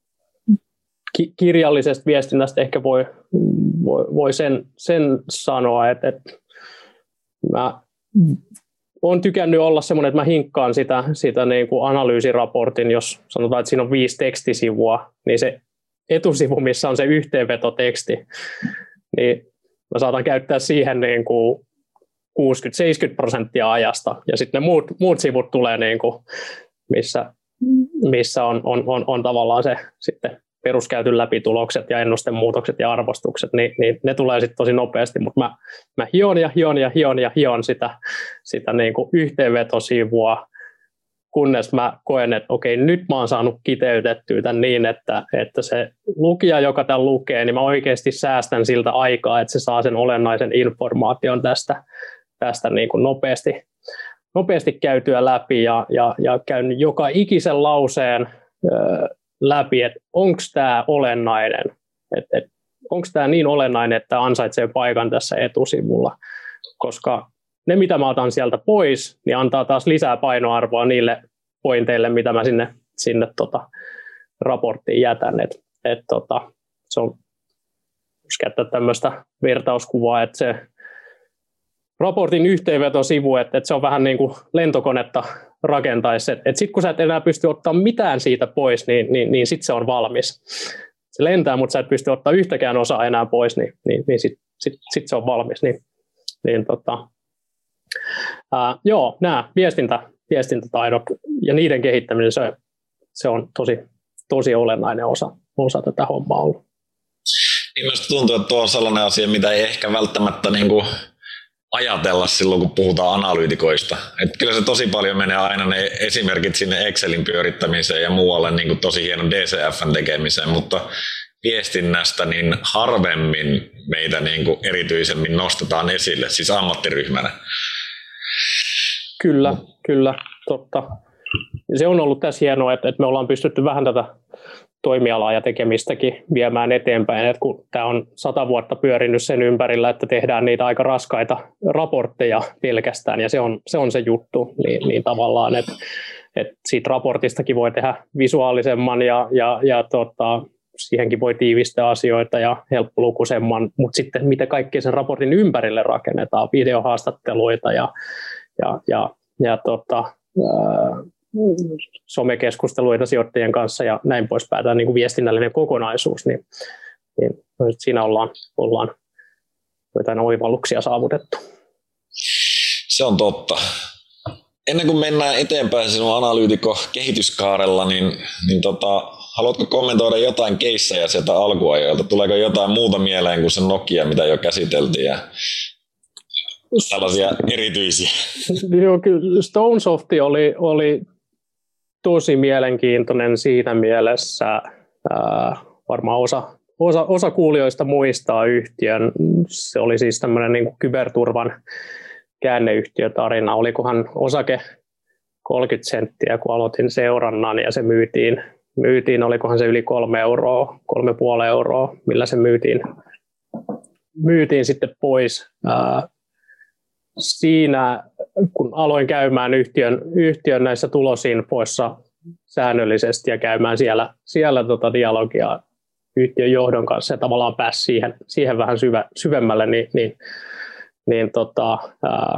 ki, kirjallisesta viestinnästä ehkä voi, voi, voi sen, sen sanoa, että, että mä olen tykännyt olla semmoinen, että mä hinkkaan sitä, sitä niin kuin analyysiraportin, jos sanotaan, että siinä on viisi tekstisivua, niin se etusivu, missä on se yhteenvetoteksti, niin mä saatan käyttää siihen niin kuin kuusikymmentä seitsemänkymmentä prosenttia ajasta, ja sitten ne muut, muut sivut tulee, niin kuin, missä, missä on, on, on, on tavallaan se sitten peruskäytyn läpitulokset ja ennustemuutokset ja arvostukset, niin, niin ne tulee sitten tosi nopeasti, mutta mä, mä hion ja hion ja hion ja hion sitä, sitä niin kuin yhteenvetosivua, kunnes mä koen, että okei, nyt mä oon saanut kiteytettyä tämän niin, että, että se lukija, joka tämän lukee, niin mä oikeasti säästän siltä aikaa, että se saa sen olennaisen informaation tästä, tästä niin kuin nopeasti, nopeasti käytyä läpi ja, ja, ja käyn joka ikisen lauseen öö, läpi, että onko tämä olennainen, että, että onko tämä niin olennainen, että ansaitsee paikan tässä etusivulla, koska ne, mitä mä otan sieltä pois, niin antaa taas lisää painoarvoa niille pointeille, mitä mä sinne, sinne tota, raporttiin jätän. Et, et, tota, se on, jos käyttää tämmöistä vertauskuvaa, että se raportin yhteenvetosivu, että, että se on vähän niin kuin lentokonetta rakentaisi. Että, että sitten kun sä et enää pysty ottaa mitään siitä pois, niin, niin, niin sitten se on valmis. Se lentää, mutta sä et pysty ottaa yhtäkään osaa enää pois, niin, niin, niin sitten sit, sit se on valmis. Niin, niin tota, ää, joo, nämä viestintä, viestintätaidot ja niiden kehittäminen, se, se on tosi, tosi olennainen osa, osa tätä hommaa ollut. Niin minusta tuntuu, että tuo on sellainen asia, mitä ei ehkä välttämättä niin kuin ajatella silloin, kun puhutaan analyytikoista. Että kyllä se tosi paljon menee aina ne esimerkit sinne Excelin pyörittämiseen ja muualle niin kuin tosi hieno D C F:n tekemiseen, mutta viestinnästä niin harvemmin meitä niin kuin erityisemmin nostetaan esille, siis ammattiryhmänä. Kyllä, mm. kyllä, totta. Ja se on ollut tässä hienoa, että, että me ollaan pystytty vähän tätä toimialaa ja tekemistäkin viemään eteenpäin, että kun tämä on sata vuotta pyörinyt sen ympärillä, että tehdään niitä aika raskaita raportteja pelkästään, ja se on se, on se juttu, niin, niin tavallaan, että, että siitä raportistakin voi tehdä visuaalisemman, ja, ja, ja tota, siihenkin voi tiivistää asioita ja helppolukuisemman, mutta sitten mitä kaikkea sen raportin ympärille rakennetaan, videohaastatteluita ja, ja, ja, ja tota, ää, somekeskusteluita sijoittajien kanssa ja näin poispäin, tämä niin kuin viestinnällinen kokonaisuus, niin, niin siinä ollaan, ollaan jotain oivalluksia saavutettu. Se on totta. Ennen kuin mennään eteenpäin sinun analyytikko-kehityskaarella, niin, niin tota, haluatko kommentoida jotain keissejä sieltä alkuajoilta? Tuleeko jotain muuta mieleen kuin se Nokia, mitä jo käsiteltiin ja tällaisia erityisiä? Joo, kyllä Stonesoft oli, oli tosi mielenkiintoinen siinä mielessä, ää, varmaan osa, osa, osa kuulijoista muistaa yhtiön. Se oli siis tämmöinen niin kuin kyberturvan käänneyhtiötarina. Olikohan osake kolmekymmentä senttiä, kun aloitin seurannan ja se myytiin, myytiin olikohan se yli kolme euroa, kolme puoli euroa, millä se myytiin, myytiin sitten pois. Ää, siinä kun aloin käymään yhtiön, yhtiön näissä tulosinfoissa säännöllisesti ja käymään siellä, siellä tota dialogia yhtiön johdon kanssa ja tavallaan pääsi siihen, siihen vähän syvä, syvemmälle, niin, niin, niin tota, ää,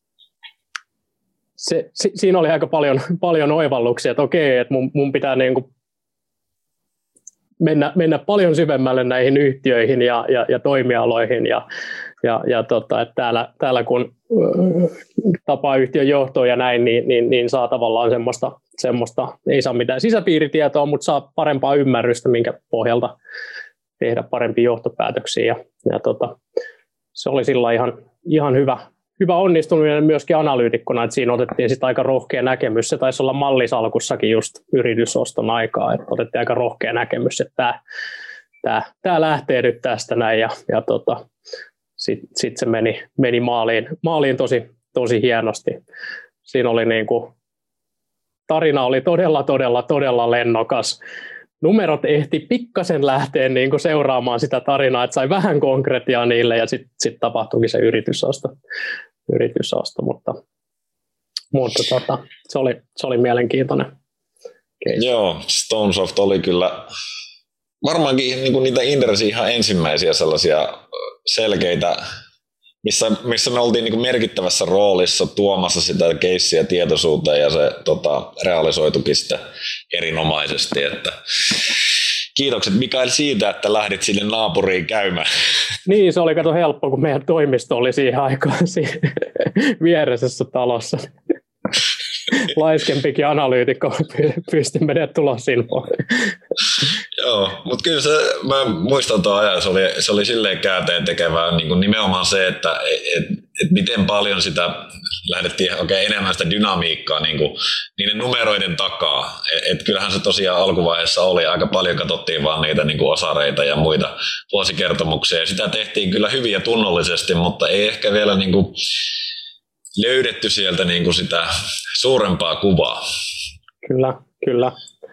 se, si, siinä oli aika paljon, paljon oivalluksia, että okei, että mun, mun pitää niin kuin mennä, mennä paljon syvemmälle näihin yhtiöihin ja, ja, ja toimialoihin ja Ja, ja tota, että täällä, täällä kun tapaa yhtiön johtoon ja näin, niin, niin, niin saa tavallaan semmoista, semmoista, ei saa mitään sisäpiiritietoa, mutta saa parempaa ymmärrystä, minkä pohjalta tehdä parempia johtopäätöksiä. Ja, ja tota, se oli sillä ihan, ihan hyvä, hyvä onnistuminen myöskin analyytikkona, että siinä otettiin sitten aika rohkea näkemys. Se taisi olla mallisalkussakin just yritysoston aikaa, että otettiin aika rohkea näkemys, että tämä, tämä, tämä lähtee nyt tästä näin ja, ja tota, sitten sit se meni, meni maaliin, maaliin tosi, tosi hienosti. Siinä oli niin kuin, tarina oli todella, todella, todella lennokas. Numerot ehti pikkasen lähteä niin kuin seuraamaan sitä tarinaa, että sai vähän konkretiaa niille ja sitten sit tapahtuikin se yritysosto. yritysosto mutta, mutta tota, se, oli, se oli mielenkiintoinen case. Joo, Stonesoft oli kyllä varmaankin niin kuin niitä Inderesin ihan ensimmäisiä sellaisia selkeitä, missä, missä me oltiin niin kuin merkittävässä roolissa tuomassa sitä keissiä tietoisuuteen ja se tota, realisoitukin sitä erinomaisesti. Että kiitokset Mikael siitä, että lähdit sinne naapuriin käymään. Niin, se oli kato helppo, kun meidän toimisto oli siihen aikaan siinä vieressä talossa. Laiskempikin analyytikko pystyi menemään tulosinfoon. Joo, mutta kyllä se, mä muistan tuon ajan, se oli, se oli silleen käänteen tekevää niin kuin nimenomaan se, että et, et miten paljon sitä lähdettiin okay, enemmän sitä dynamiikkaa niin kuin, niiden numeroiden takaa. Et, et kyllähän se tosiaan alkuvaiheessa oli, aika paljon katsottiin vaan niitä niin kuin osareita ja muita vuosikertomuksia. Ja sitä tehtiin kyllä hyvin ja tunnollisesti, mutta ei ehkä vielä niin kuin löydetty sieltä niin kuin sitä suurempaa kuvaa. Kyllä, kyllä.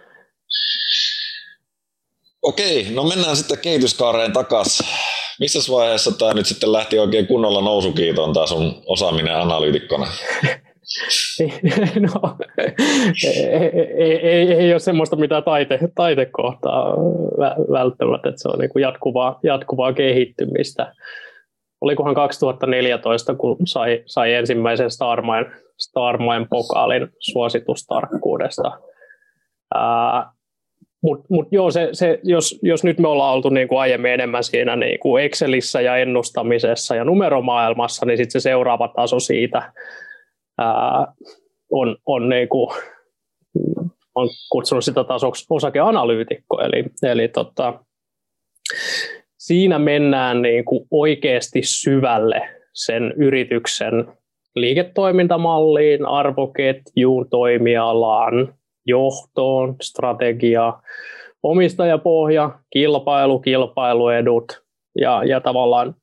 Okei, no mennään sitten kehityskaareen takaisin. Missä vaiheessa tämä nyt sitten lähti oikein kunnolla nousukiitoon tämä sun osaaminen analyytikkona? No, ei, ei, ei, ei ole semmoista mitään taite, taitekohtaa välttämättä, että se on niin kuin jatkuvaa, jatkuvaa kehittymistä. Olikohan kaksituhattaneljätoista, kun sai, sai ensimmäisen Starmine, Starmine pokaalin suositustarkkuudesta. Ää, Mutta mut joo, se, se, jos, jos nyt me ollaan oltu niin kuin aiemmin enemmän siinä niin kuin Excelissä ja ennustamisessa ja numeromaailmassa, niin sitten se seuraava taso siitä ää, on, on niin kuin, on kutsunut sitä tasoksi osakeanalyytikko. Eli, eli tota, siinä mennään niin kuin oikeasti syvälle sen yrityksen liiketoimintamalliin, arvoketjuun, toimialaan, johtoon, strategia, omistajapohja, kilpailu, kilpailuedut ja, ja tavallaan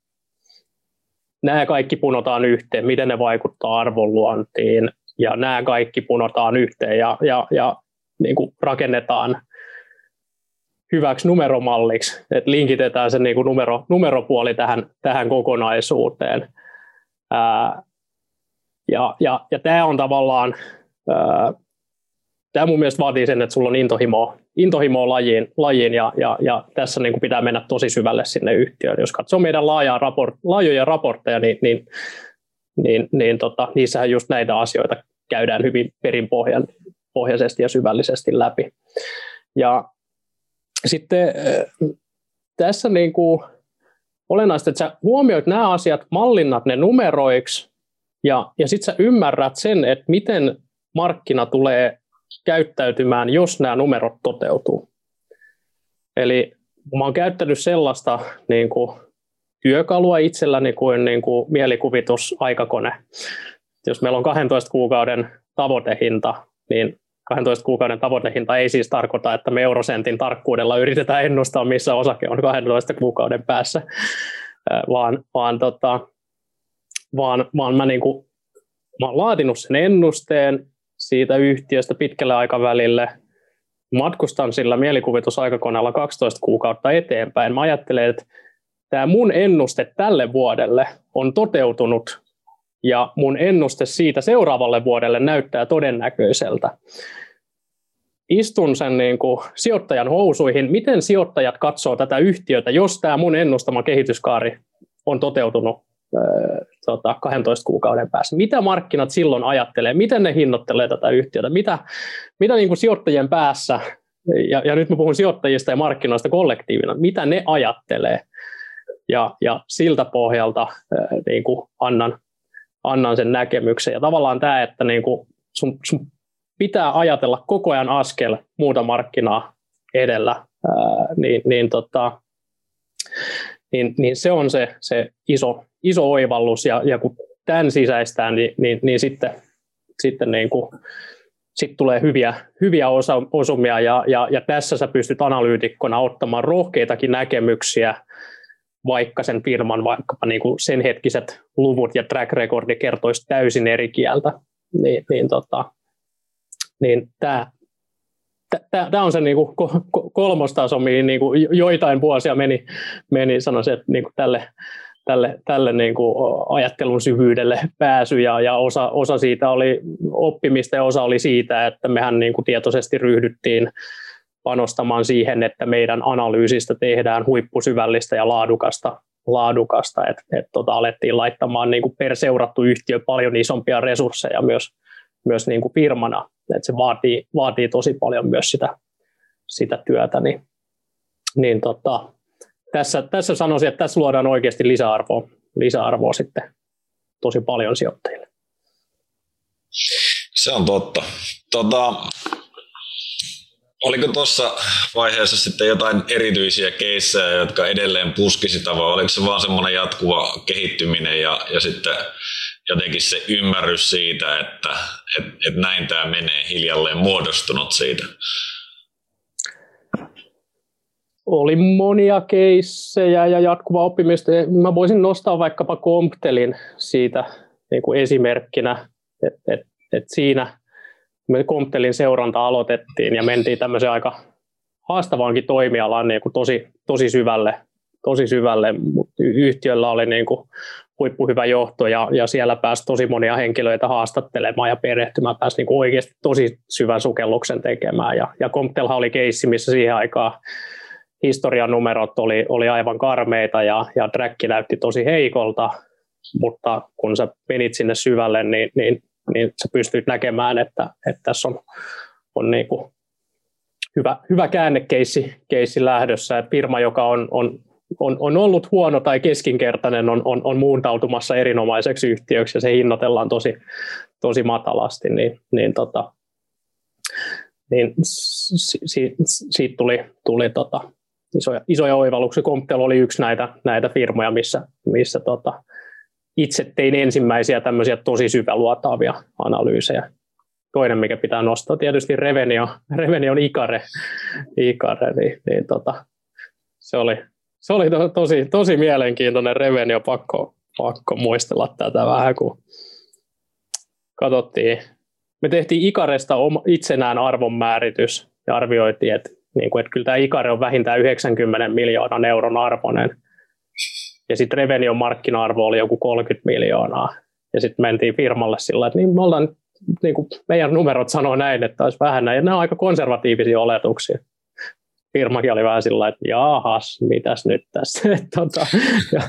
nämä kaikki punotaan yhteen, miten ne vaikuttaa arvonluontiin ja nämä kaikki punotaan yhteen ja, ja, ja niin kuin rakennetaan hyväksi numeromalliksi, että linkitetään se niin kuin numero, numeropuoli tähän, tähän kokonaisuuteen. Ää, ja, ja, ja tämä on tavallaan ää, Tämä mun mielestä vaatii sen, että sulla on intohimoa, intohimoa lajiin, lajiin ja, ja, ja tässä niin kuin pitää mennä tosi syvälle sinne yhtiöön. Jos katsoo meidän laajaa raport, laajoja raportteja, niin, niin, niin, niin tota, niissähän just näitä asioita käydään hyvin perinpohjaisesti ja syvällisesti läpi. Ja sitten tässä niin kuin olennaista, että sä huomioit nämä asiat, mallinnat ne numeroiksi ja, ja sitten sä ymmärrät sen, että miten markkina tulee käyttäytymään, jos nämä numerot toteutuu. Eli mä oon käyttänyt sellaista niin kuin, työkalua itselläni kuin, niin kuin mielikuvitusaikakone. Jos meillä on kahdentoista kuukauden tavoitehinta, niin kahdentoista kuukauden tavoitehinta ei siis tarkoita, että me eurosentin tarkkuudella yritetään ennustaa, missä osake on kahdentoista kuukauden päässä, vaan, vaan, tota, vaan, vaan mä, niin kuin, mä oon laatinut sen ennusteen siitä yhtiöstä pitkälle aikavälille, matkustan sillä mielikuvitusaikakoneella kaksitoista kuukautta eteenpäin. Mä ajattelen, että tämä mun ennuste tälle vuodelle on toteutunut ja mun ennuste siitä seuraavalle vuodelle näyttää todennäköiseltä. Istun sen niin kuin sijoittajan housuihin, miten sijoittajat katsoo tätä yhtiötä, jos tämä mun ennustama kehityskaari on toteutunut Tota, kahdentoista kuukauden päässä. Mitä markkinat silloin ajattelee? Miten ne hinnoittelee tätä yhtiötä? Mitä, mitä niin kuin sijoittajien päässä, ja, ja nyt mä puhun sijoittajista ja markkinoista kollektiivina, mitä ne ajattelee? Ja, ja siltä pohjalta ää, niin kuin annan, annan sen näkemyksen. Ja tavallaan tämä, että niin kuin sun, sun pitää ajatella koko ajan askel muuta markkinaa edellä, ää, niin, niin, tota, niin, niin se on se, se iso, iso oivallus, ja, ja kun tämän sisäistään, niin, niin, niin sitten, sitten niin kuin, sit tulee hyviä, hyviä osa, osumia, ja, ja, ja tässä sä pystyt analyytikkona ottamaan rohkeitakin näkemyksiä, vaikka sen firman vaikkapa niin kuin sen hetkiset luvut ja track recordi kertoisi täysin eri kieltä, niin, niin, tota, niin tämä Tämä on se niin kuin kolmostaso, mihin niin kuin joitain vuosia meni, meni sanoisin, että niin kuin tälle, tälle, tälle niin kuin ajattelun syvyydelle pääsy, ja, ja osa, osa siitä oli oppimista ja osa oli siitä, että mehän niin kuin tietoisesti ryhdyttiin panostamaan siihen, että meidän analyysistä tehdään huippusyvällistä ja laadukasta, laadukasta että et tota, alettiin laittamaan niin kuin per seurattu yhtiö paljon isompia resursseja myös, myös niin kuin firmana. Että se vaatii, vaatii tosi paljon myös sitä, sitä työtä, niin, niin tota, tässä, tässä sanoisin, että tässä luodaan oikeasti lisäarvoa, lisäarvoa sitten tosi paljon sijoittajille. Se on totta. Tota, oliko tuossa vaiheessa sitten jotain erityisiä keissejä, jotka edelleen puski sitä, vai oliko se vaan semmoinen jatkuva kehittyminen ja, ja sitten jotenkin se ymmärrys siitä, että et, et näin tämä menee, hiljalleen muodostunut siitä? Oli monia keissejä ja jatkuvaa oppimista. Mä voisin nostaa vaikkapa Comptelin siitä niin kuin esimerkkinä, että et, et siinä me Comptelin seuranta aloitettiin ja mentiin tämmöiseen aika haastavaankin toimialaan niin kuin tosi, tosi syvälle, tosi syvälle, mutta yhtiöllä oli niin kuin huippuhyvä johto, ja, ja siellä pääsi tosi monia henkilöitä haastattelemaan ja perehtymään, pääsi niin kuin oikeasti tosi syvän sukelluksen tekemään. Ja, ja Comptelhan oli keissi, missä siihen aikaan historian numerot oli, oli aivan karmeita ja, ja track näytti tosi heikolta, mutta kun sä menit sinne syvälle, niin, niin, niin sä pystyt näkemään, että, että tässä on, on niin kuin hyvä, hyvä käännekeissi keissi lähdössä, että firma, joka on, on On, on ollut huono tai keskinkertainen, on, on, on muuntautumassa erinomaiseksi yhtiöksi, ja se hinnoitellaan tosi, tosi matalasti, niin, niin, tota, niin si, si, siitä tuli, tuli tota, isoja, isoja oivalluksia. Comptel oli yksi näitä, näitä firmoja, missä, missä tota, itse tein ensimmäisiä tämmöisiä tosi syväluotaavia analyysejä. Toinen, mikä pitää nostaa, tietysti Revenio, Revenio on Icare, Icare niin, niin tota, se oli Se oli to, tosi, tosi mielenkiintoinen Revenio, pakko, pakko muistella tätä vähän, kun katsottiin. Me tehtiin Icaresta itsenään arvonmääritys ja arvioitiin, että, niin kuin, että kyllä tämä Icare on vähintään yhdeksänkymmentä miljoonan euron arvoinen. Ja sitten Revenion markkina-arvo oli joku kolmekymmentä miljoonaa. Ja sitten mentiin firmalle sillä, että niin me ollaan, niin kuin meidän numerot sanoo näin, että olisi vähän näin. Ja nämä on aika konservatiivisia oletuksia. Firmakin oli vähän sillä, että jaahas, mitäs nyt tässä. tota, ja,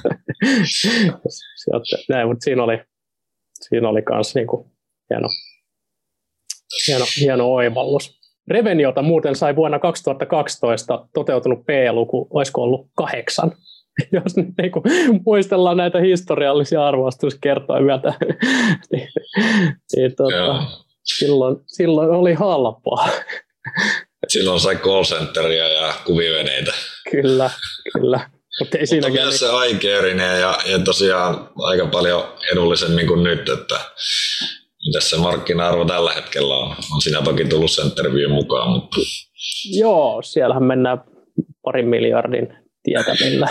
näin, mutta siinä oli, siinä oli kans niinku hieno, hieno, hieno oivallus. Reveniota muuten sai vuonna kaksituhattakaksitoista toteutunut P E-luku, olisiko ollut kahdeksan. Jos nyt niinku muistellaan näitä historiallisia arvostuskertoimia, niin, niin tota, silloin, silloin oli halpaa. Silloin sai call centeria ja kuviveneitä. Kyllä, kyllä. Mutta ei Mutta myös se aikeerinen ja, ja tosiaan aika paljon edullisemmin kuin nyt, että mitäs se markkina-arvo tällä hetkellä on. On siinä toki tullut Centerview mukaan. Mutta... Joo, siellähän mennään parin miljardin tietämillä.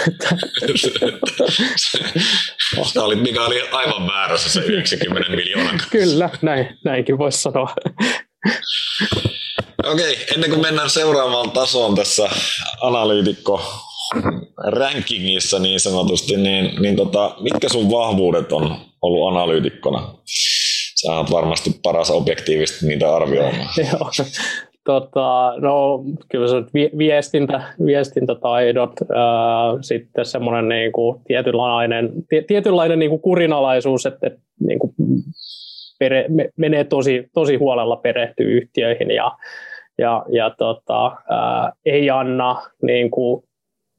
Sitä oli, mikä oli aivan väärässä se yhdeksänkymmentä miljoonan kanssa. Kyllä, näin, näinkin voisi sanoa. Okei, ennen kuin mennään seuraavaan tasoon tässä analyytikko rankingissa niin sanotusti, niin, niin tota, mitkä sun vahvuudet on ollut analyytikkona? Sä oot varmasti paras objektiivisesti niitä arvioimaan. Joo, tota, no kyllä se viestintä, viestintätaidot, ää, sitten semmoinen niinku tietynlainen, tietynlainen niinku kurinalaisuus, että, että niinku pere, menee tosi, tosi huolella perehtyy yhtiöihin ja Ja, ja tota, ää, ei anna niin kuin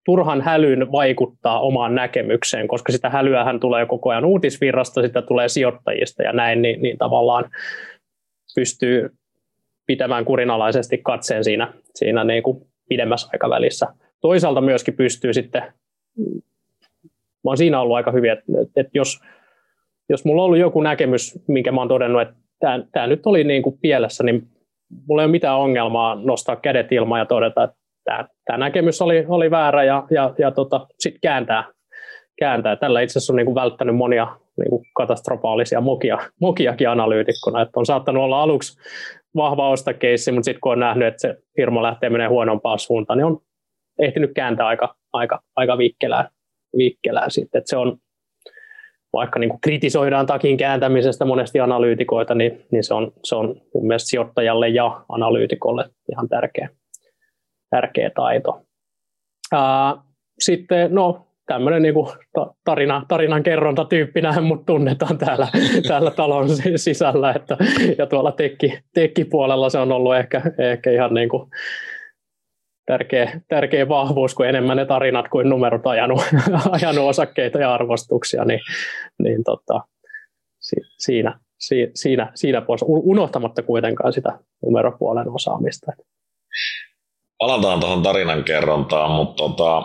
turhan hälyn vaikuttaa omaan näkemykseen, koska sitä hälyähän tulee koko ajan uutisvirrasta, sitä tulee sijoittajista ja näin, niin, niin tavallaan pystyy pitämään kurinalaisesti katseen siinä, siinä niin kuin pidemmässä aikavälissä. Toisaalta myöskin pystyy sitten, mä oon siinä ollut aika hyviä, että, että jos, jos mulla on ollut joku näkemys, minkä mä oon todennut, että tämä, tämä nyt oli niin kuin pielessä, niin mulla ei ole mitään ongelmaa nostaa kädet ilmaan ja todeta, että tämä, tämä näkemys oli, oli väärä ja, ja, ja tota, sitten kääntää, kääntää. Tällä itse asiassa on niin kuin välttänyt monia niin kuin katastrofaalisia mokia, mokiakin analyytikkona, että on saattanut olla aluksi vahva ostakeissi, mutta sitten kun on nähnyt, että se firma lähtee menemään huonompaan suuntaan, niin on ehtinyt kääntää aika, aika, aika vikkelään, vikkelään sitten. Että se on, vaikka niin kuin kritisoidaan takin kääntämisestä monesti analyytikoita, niin, niin se, on, se on mun mielestä sijoittajalle ja analyytikolle ihan tärkeä, tärkeä taito. Ää, sitten no, tämmöinen niin kuin tarina, tarinan kerrontatyyppinä mut tunnetaan täällä, täällä talon sisällä, että, ja tuolla tekki, tekkipuolella se on ollut ehkä, ehkä ihan niin kuin tärkeä, tärkeä vahvuus, kun enemmän ne tarinat kuin numerot ajanut, ajanut osakkeita ja arvostuksia, niin, niin tota, si, siinä, si, siinä, siinä puolessa, unohtamatta kuitenkaan sitä numeropuolen osaamista. Palataan tuohon tarinan kerrontaan, mutta tota,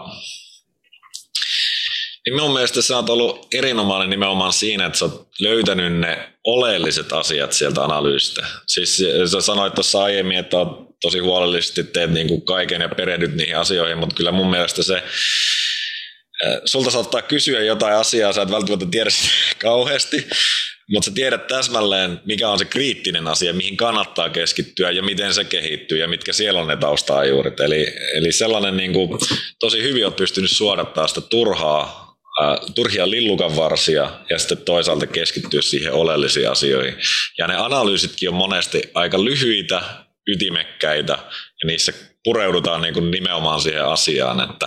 niin minun mielestä sä oot ollut erinomainen nimenomaan siinä, että sä oot löytänyt ne oleelliset asiat sieltä analyysistä. Siis sä sanoit tuossa aiemmin, että oot tosi huolellisesti teet niin kuin kaiken ja perehdyt niihin asioihin, mutta kyllä mun mielestä se, sulta saattaa kysyä jotain asiaa, sä et välttämättä tiedä sitä kauheasti, mutta sä tiedät täsmälleen, mikä on se kriittinen asia, mihin kannattaa keskittyä ja miten se kehittyy ja mitkä siellä on ne tausta-ajuurit. Eli, eli sellainen niin kuin, tosi hyvin oot pystynyt suodattaa sitä turhaa, äh, turhia lillukanvarsia ja sitten toisaalta keskittyä siihen oleellisiin asioihin. Ja ne analyysitkin on monesti aika lyhyitä, ytimekkäitä ja niissä pureudutaan niin kuin nimenomaan siihen asiaan, että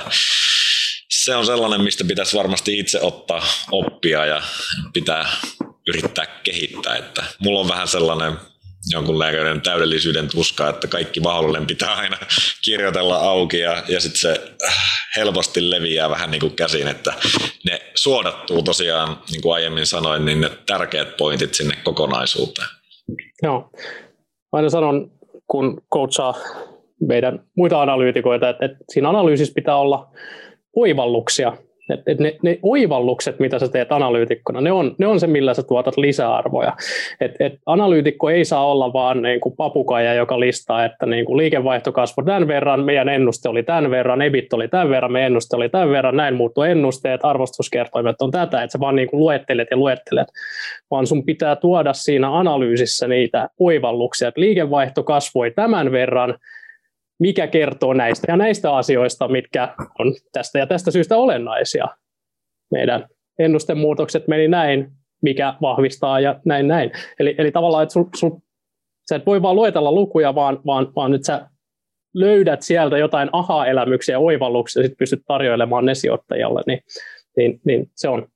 se on sellainen, mistä pitäisi varmasti itse ottaa oppia ja pitää yrittää kehittää, että mulla on vähän sellainen jonkunlainen täydellisyyden tuska, että kaikki mahdollinen pitää aina kirjoitella auki ja, ja sitten se helposti leviää vähän niin kuin käsin, että ne suodattuu tosiaan, niin kuin aiemmin sanoin, niin ne tärkeät pointit sinne kokonaisuuteen. Joo, aina sanon, kun coachaa meidän muita analyytikoita, että, että siinä analyysissä pitää olla oivalluksia. Et, et ne, ne oivallukset, mitä sä teet analyytikkona, ne on, ne on se, millä sä tuotat lisäarvoja. Et, et analyytikko ei saa olla vaan niin kuin papukaija, joka listaa, että niin kuin liikevaihto kasvoi tämän verran, meidän ennuste oli tämän verran, E B I T oli tämän verran, meidän ennuste oli tämän verran, näin muuttui ennusteet, arvostuskertoimet on tätä, että sä vaan niin kuin luettelet ja luettelet, vaan sun pitää tuoda siinä analyysissä niitä oivalluksia, että liikevaihto kasvoi tämän verran, mikä kertoo näistä ja näistä asioista, mitkä on tästä ja tästä syystä olennaisia. Meidän ennustemuutokset meni näin, mikä vahvistaa ja näin näin. Eli, eli tavallaan, että sul, sul, sä et voi vaan luetella lukuja, vaan, vaan, vaan nyt sä löydät sieltä jotain aha-elämyksiä ja oivalluksia ja sit pystyt tarjoilemaan ne sijoittajalle, niin, niin, niin se, on,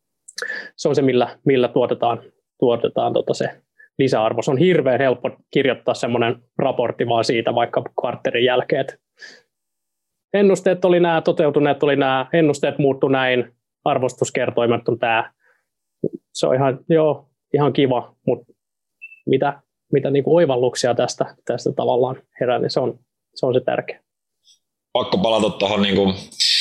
se on se, millä, millä tuotetaan, tuotetaan tota se lisäarvo. Se on hirveän helppo kirjoittaa semmoinen raportti vaan siitä vaikka kvartterin jälkeen, että ennusteet oli nämä, toteutuneet oli nämä, ennusteet muuttu näin, arvostuskertoimet on tämä. Se on ihan, joo, ihan kiva, mutta mitä, mitä niinku oivalluksia tästä, tästä tavallaan herää, niin se on se, on se tärkeä. Pakko palata tuohon niinku,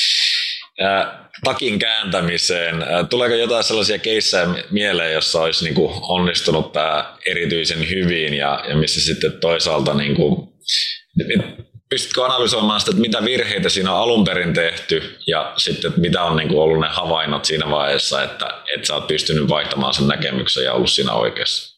äh, takin kääntämiseen. Äh, tuleeko jotain sellaisia keissejä mieleen, jossa olisi niinku onnistunut tämä erityisen hyvin ja, ja missä sitten toisaalta niinku, pystytkö analysoimaan sitä, että mitä virheitä siinä on alun perin tehty ja sitten että mitä on niinku ollut ne havainnot siinä vaiheessa, että, että sä oot pystynyt vaihtamaan sen näkemyksen ja ollut siinä oikeassa?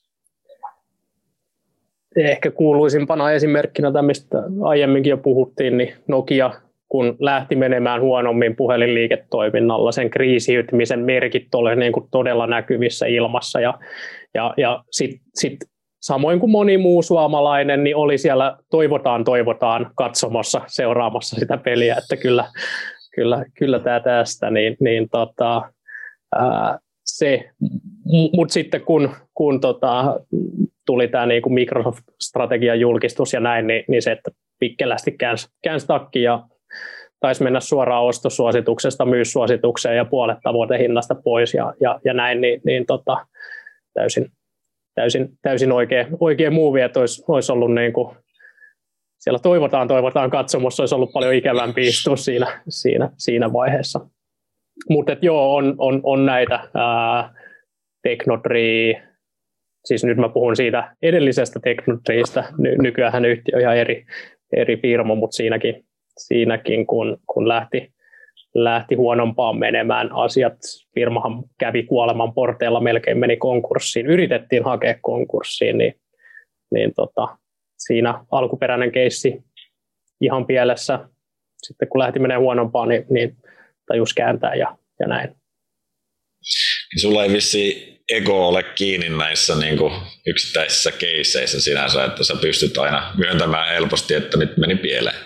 Ehkä kuuluisimpana esimerkkinä tämmöistä aiemminkin jo puhuttiin, niin Nokia, kun lähti menemään huonommin puhelinliiketoiminnalla, sen kriisiytymisen merkit oli niin kuin todella näkyvissä ilmassa. Ja, ja, ja sitten sit, samoin kuin moni muu suomalainen, niin oli siellä toivotaan, toivotaan katsomassa, seuraamassa sitä peliä, että kyllä, kyllä, kyllä tämä tästä, niin, niin tota, ää, se, mutta sitten kun, kun tota, tuli tämä niinku Microsoft-strategian julkistus ja näin, niin, niin se, että pikkelästi käänsi, käänsi takki ja taisi mennä suoraan ostosuosituksesta myyssuositukseen ja puolet tavoitehinnasta pois ja, ja, ja näin, niin, niin tota, täysin, täysin, täysin oikea, oikea move, että olisi, olisi ollut niin kuin, siellä toivotaan, toivotaan katsomossa, olisi ollut paljon ikävämpi istua siinä, siinä, siinä vaiheessa. Mutta joo, on, on, on näitä ää, Technotree, siis nyt mä puhun siitä edellisestä Technotreesta, Ny, nykyään yhtiö on ihan eri, eri firma, mutta siinäkin, siinäkin kun, kun lähti, lähti huonompaan menemään asiat, firmahan kävi kuoleman porteilla, melkein meni konkurssiin, yritettiin hakea konkurssiin, niin, niin tota, siinä alkuperäinen keissi ihan pielessä, sitten kun lähti menemään huonompaan, niin, niin tajus kääntää ja, ja näin. Niin sulla ei vissiin ego ole kiinni näissä niin kuin yksittäisissä keisseissä sinänsä, että sä pystyt aina myöntämään helposti, että nyt meni pieleen.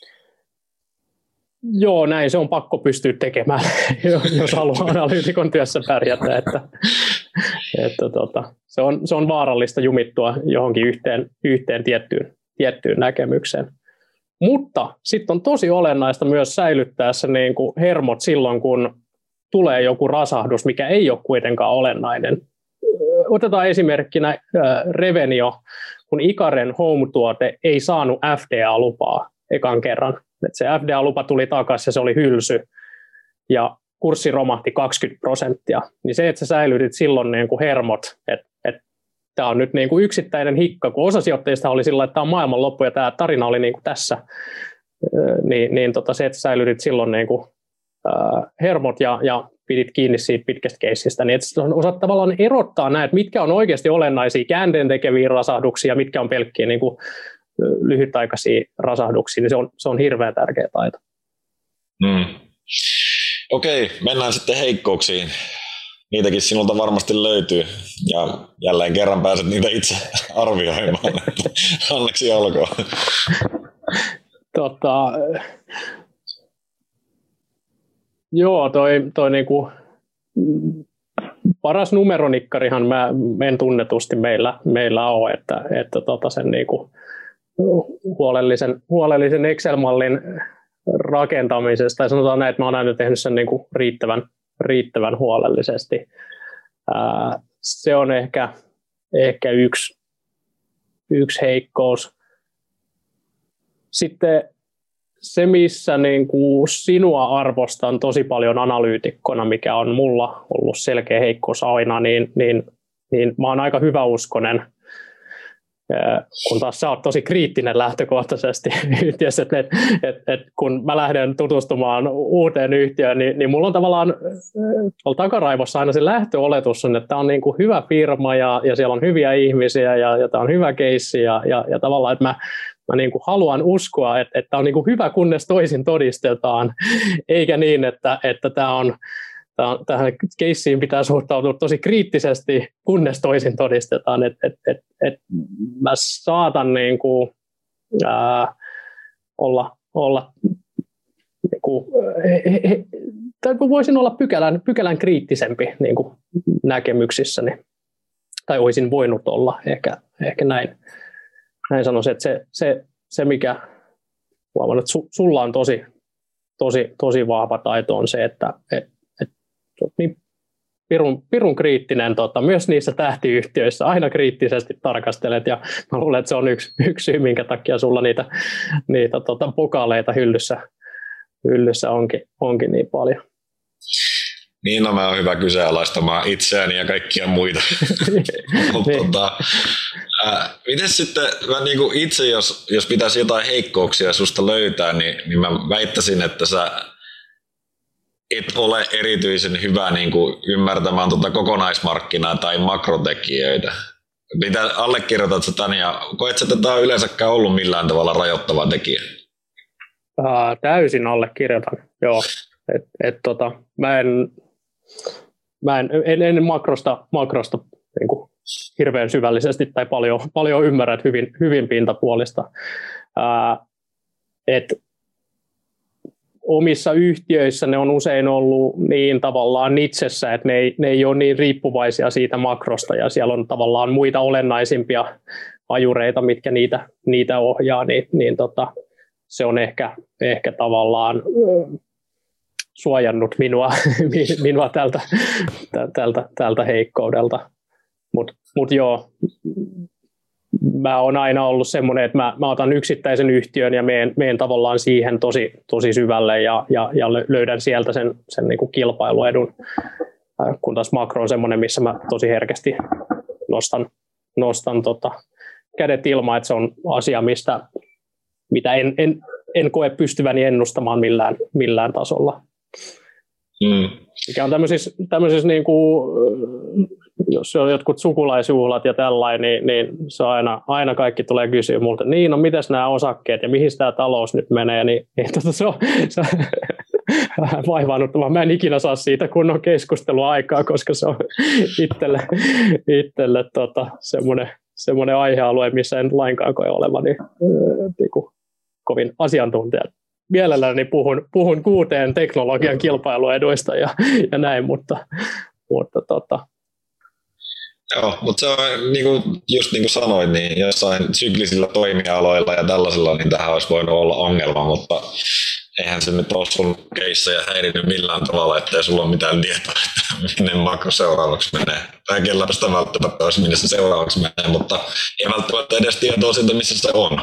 Joo, näin se on pakko pystyä tekemään, jos haluaa analyytikon työssä pärjätä. Että, että tota, se, on, se on vaarallista jumittua johonkin yhteen, yhteen tiettyyn, tiettyyn näkemykseen. Mutta sitten on tosi olennaista myös säilyttää se niin kuin hermot silloin, kun tulee joku rasahdus, mikä ei ole kuitenkaan olennainen. Otetaan esimerkkinä äh, Revenio, kun Icaren Home-tuote ei saanut F D A-lupaa ekan kerran. Et se F D A-lupa tuli takaisin ja se oli hylsy ja kurssi romahti kaksikymmentä prosenttia. Niin se, että sä säilytit silloin niin kuin hermot, että et, tämä on nyt niin kuin yksittäinen hikka, kun osa sijoittajista oli sillä, että tämä on maailmanloppu ja tämä tarina oli niin kuin tässä, niin, niin tota se, että säilytit silloin niin kuin, äh, hermot ja, ja pidit kiinni siitä pitkästä keissistä, niin että osaat tavallaan erottaa näitä, mitkä on oikeasti olennaisia käänteen tekeviä rasahduksia, mitkä on pelkkiä niin kuin lyhytaikaisia rasahduksia, niin se on, se on hirveän tärkeä taito. Mm. Okei, mennään sitten heikkouksiin. Niitäkin sinulta varmasti löytyy, ja jälleen kerran pääset niitä itse arvioimaan. Onneksi olkoon. Tota, joo, toi, toi niinku, paras numeronikkarihan mä en tunnetusti meillä, meillä ole, että, että tota sen niinku, huolellisen, huolellisen Excel-mallin rakentamisesta, tai sanotaan näin, että mä oon aina tehnyt sen niin kuin riittävän, riittävän huolellisesti. Ää, se on ehkä, ehkä yksi, yksi heikkous. Sitten se, missä niin kuin sinua arvostan tosi paljon analyytikkona, mikä on mulla ollut selkeä heikkous aina, niin, niin, niin mä oon aika hyväuskonen, kun taas sä oot tosi kriittinen lähtökohtaisesti yhtiössä, että et, et, et kun mä lähden tutustumaan uuteen yhtiöön, niin, niin mulla on tavallaan takaraivossa aina se lähtöoletus, on, että tämä on niin kuin hyvä firma ja, ja siellä on hyviä ihmisiä ja, ja tämä on hyvä keissi ja, ja, ja tavallaan, että mä, mä niin kuin haluan uskoa, että, että tämä on niin kuin hyvä, kunnes toisin todistetaan, eikä niin, että, että tämä on tähän keissiin pitää suhtautua tosi kriittisesti, kunnes toisin todistetaan, että et, et, et mä saatan niin kuin, ää, olla, olla niin kuin, he, he, tai voisin olla pykälän, pykälän kriittisempi niin kuin näkemyksissäni, tai olisin voinut olla, ehkä, ehkä näin, näin sanoisin, että se, se, se mikä huomannut, että su, sulla on tosi, tosi, tosi vahva taito on se, että et, niin pirun, pirun kriittinen, tota, myös niissä tähtiyhtiöissä aina kriittisesti tarkastelet, ja mä luulen, että se on yksi, yksi syy, minkä takia sulla niitä, niitä tota, pokaaleita hyllyssä, hyllyssä onkin, onkin niin paljon. Niin, no mä oon hyvä kyseenalaistamaan itseäni ja kaikkia muita. Mutta niin. tota, äh, miten sitten, mä niin kuin itse, jos, jos pitäisi jotain heikkouksia susta löytää, niin, niin mä väittäisin, että sä et ole erityisen hyvä niin kuin ymmärtämään tuota kokonaismarkkinaa tai makrotekijöitä. Mitä allekirjoitat sä tän ja koet sä, että tämä on yleensäkään ollut millään tavalla rajoittava tekijä? Ää, täysin allekirjoitan, joo. Et, et, tota, mä en, mä en, en, en makrosta, makrosta niin kuin hirveän syvällisesti tai paljon, paljon ymmärrät hyvin, hyvin pintapuolista. Ää, et, omissa yhtiöissä ne on usein ollut niin tavallaan nitsessä, että ne ei, ne ei ole niin riippuvaisia siitä makrosta, ja siellä on tavallaan muita olennaisimpia ajureita, mitkä niitä, niitä ohjaa, niin, niin tota, se on ehkä, ehkä tavallaan suojannut minua, minua tältä, tältä, tältä heikkoudelta. Mutta mut joo, mä oon aina ollut semmoinen, että mä, mä otan yksittäisen yhtiön ja meen, meen tavallaan siihen tosi, tosi syvälle ja, ja, ja löydän sieltä sen, sen niin kuin kilpailuedun, kun taas makro on semmoinen, missä mä tosi herkästi nostan, nostan tota, kädet ilmaan, että se on asia, mistä, mitä en, en, en koe pystyväni ennustamaan millään, millään tasolla. Mm. Mikä on tämmöisissä, tämmöisissä niin kuin, jos on jotkut sukulaisjuhlat ja tällainen, niin, niin se aina, aina kaikki tulee kysyä multa, niin no mitäs nämä osakkeet ja mihin tämä talous nyt menee, niin, niin tota, se on, se on vähän vaivaannuttavaa. Mä en ikinä saa siitä kunnon keskustelua aikaa, koska se on itselle, itselle tota, semmoinen, semmoinen aihealue, missä en lainkaan koe olevani niin kuin, kovin asiantuntija. Mielelläni puhun, puhun kuuteen teknologian kilpailueduista ja, ja näin, mutta, mutta tota. Joo, mutta se on niin kuin, just niin kuin sanoin, niin jossain syklisillä toimialoilla ja tällaisilla, niin tähän olisi voinut olla ongelma, mutta eihän se nyt ole sun keissejä häirinyt millään tavalla, ettei sulla ole mitään tietoa, että minne makro seuraavaksi menee. Tai kellä sitä välttämättä olisi, minne se seuraavaksi menee, mutta ei välttämättä edes tietoa siitä, missä se on.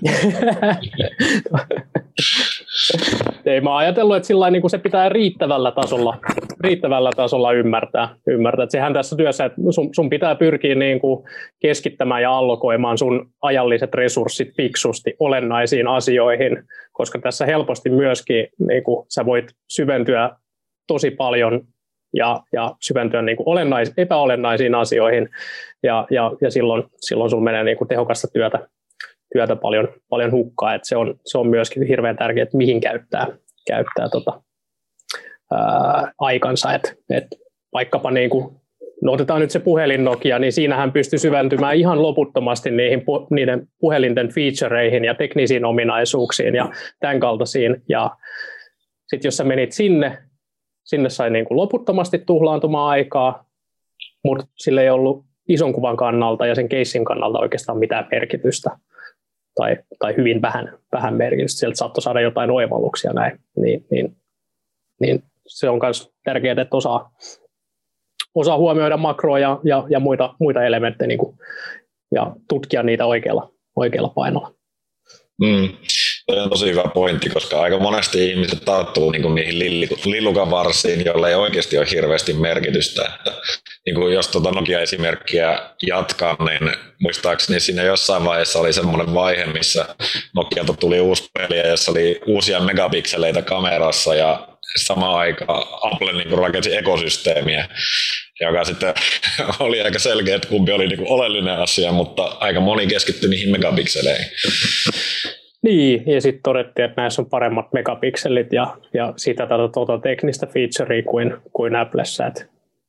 Ei mä ajatellut, että sillain, niin kuin se pitää riittävällä tasolla, riittävällä tasolla ymmärtää. ymmärtää. Että sehän tässä työssä, että sun, sun pitää pyrkiä niin kuin keskittämään ja allokoimaan sun ajalliset resurssit fiksusti olennaisiin asioihin, koska tässä helposti myöskin niin kuin sä voit syventyä tosi paljon ja, ja syventyä niin kuin olennais, epäolennaisiin asioihin ja, ja, ja silloin, silloin sulla menee niin kuin tehokasta työtä. työtä paljon, paljon hukkaa, että se on, se on myöskin hirveän tärkeää, että mihin käyttää, käyttää tota, ää, aikansa, että et vaikkapa niin kuin, no otetaan nyt se puhelin Nokia, niin siinähän pystyy syventymään ihan loputtomasti niihin, niiden puhelinten featureihin ja teknisiin ominaisuuksiin ja tämän kaltaisiin, ja sitten jos sä menit sinne, sinne sai niin kuin loputtomasti tuhlaantumaan aikaa, mutta sillä ei ollut ison kuvan kannalta ja sen keissin kannalta oikeastaan mitään merkitystä. Tai, tai hyvin vähän, vähän merkitystä, sieltä saattoi saada jotain oivalluksia näin, niin, niin, niin se on myös tärkeää, että osaa, osaa huomioida makroa ja, ja, ja muita, muita elementtejä niin kuin, ja tutkia niitä oikealla, oikealla painolla. Mm. Tämä on tosi hyvä pointti, koska aika monesti ihmiset tarttuu niin kuin niihin lillukanvarsiin, joilla ei oikeasti ole hirveästi merkitystä. Että, niin kuin jos tuota Nokia-esimerkkiä jatkan, niin muistaakseni siinä jossain vaiheessa oli semmoinen vaihe, missä Nokialta tuli uusi peli, jossa oli uusia megapikseleitä kamerassa ja samaan aikaan Apple niin kuin rakensi ekosysteemiä, joka sitten oli aika selkeä, että kumpi oli niin kuin oleellinen asia, mutta aika moni keskittyi niihin megapikseleihin. Niin, ja sitten todettiin, että näissä on paremmat megapikselit ja, ja sitä tätä tuota teknistä featurea kuin, kuin Applessa. Et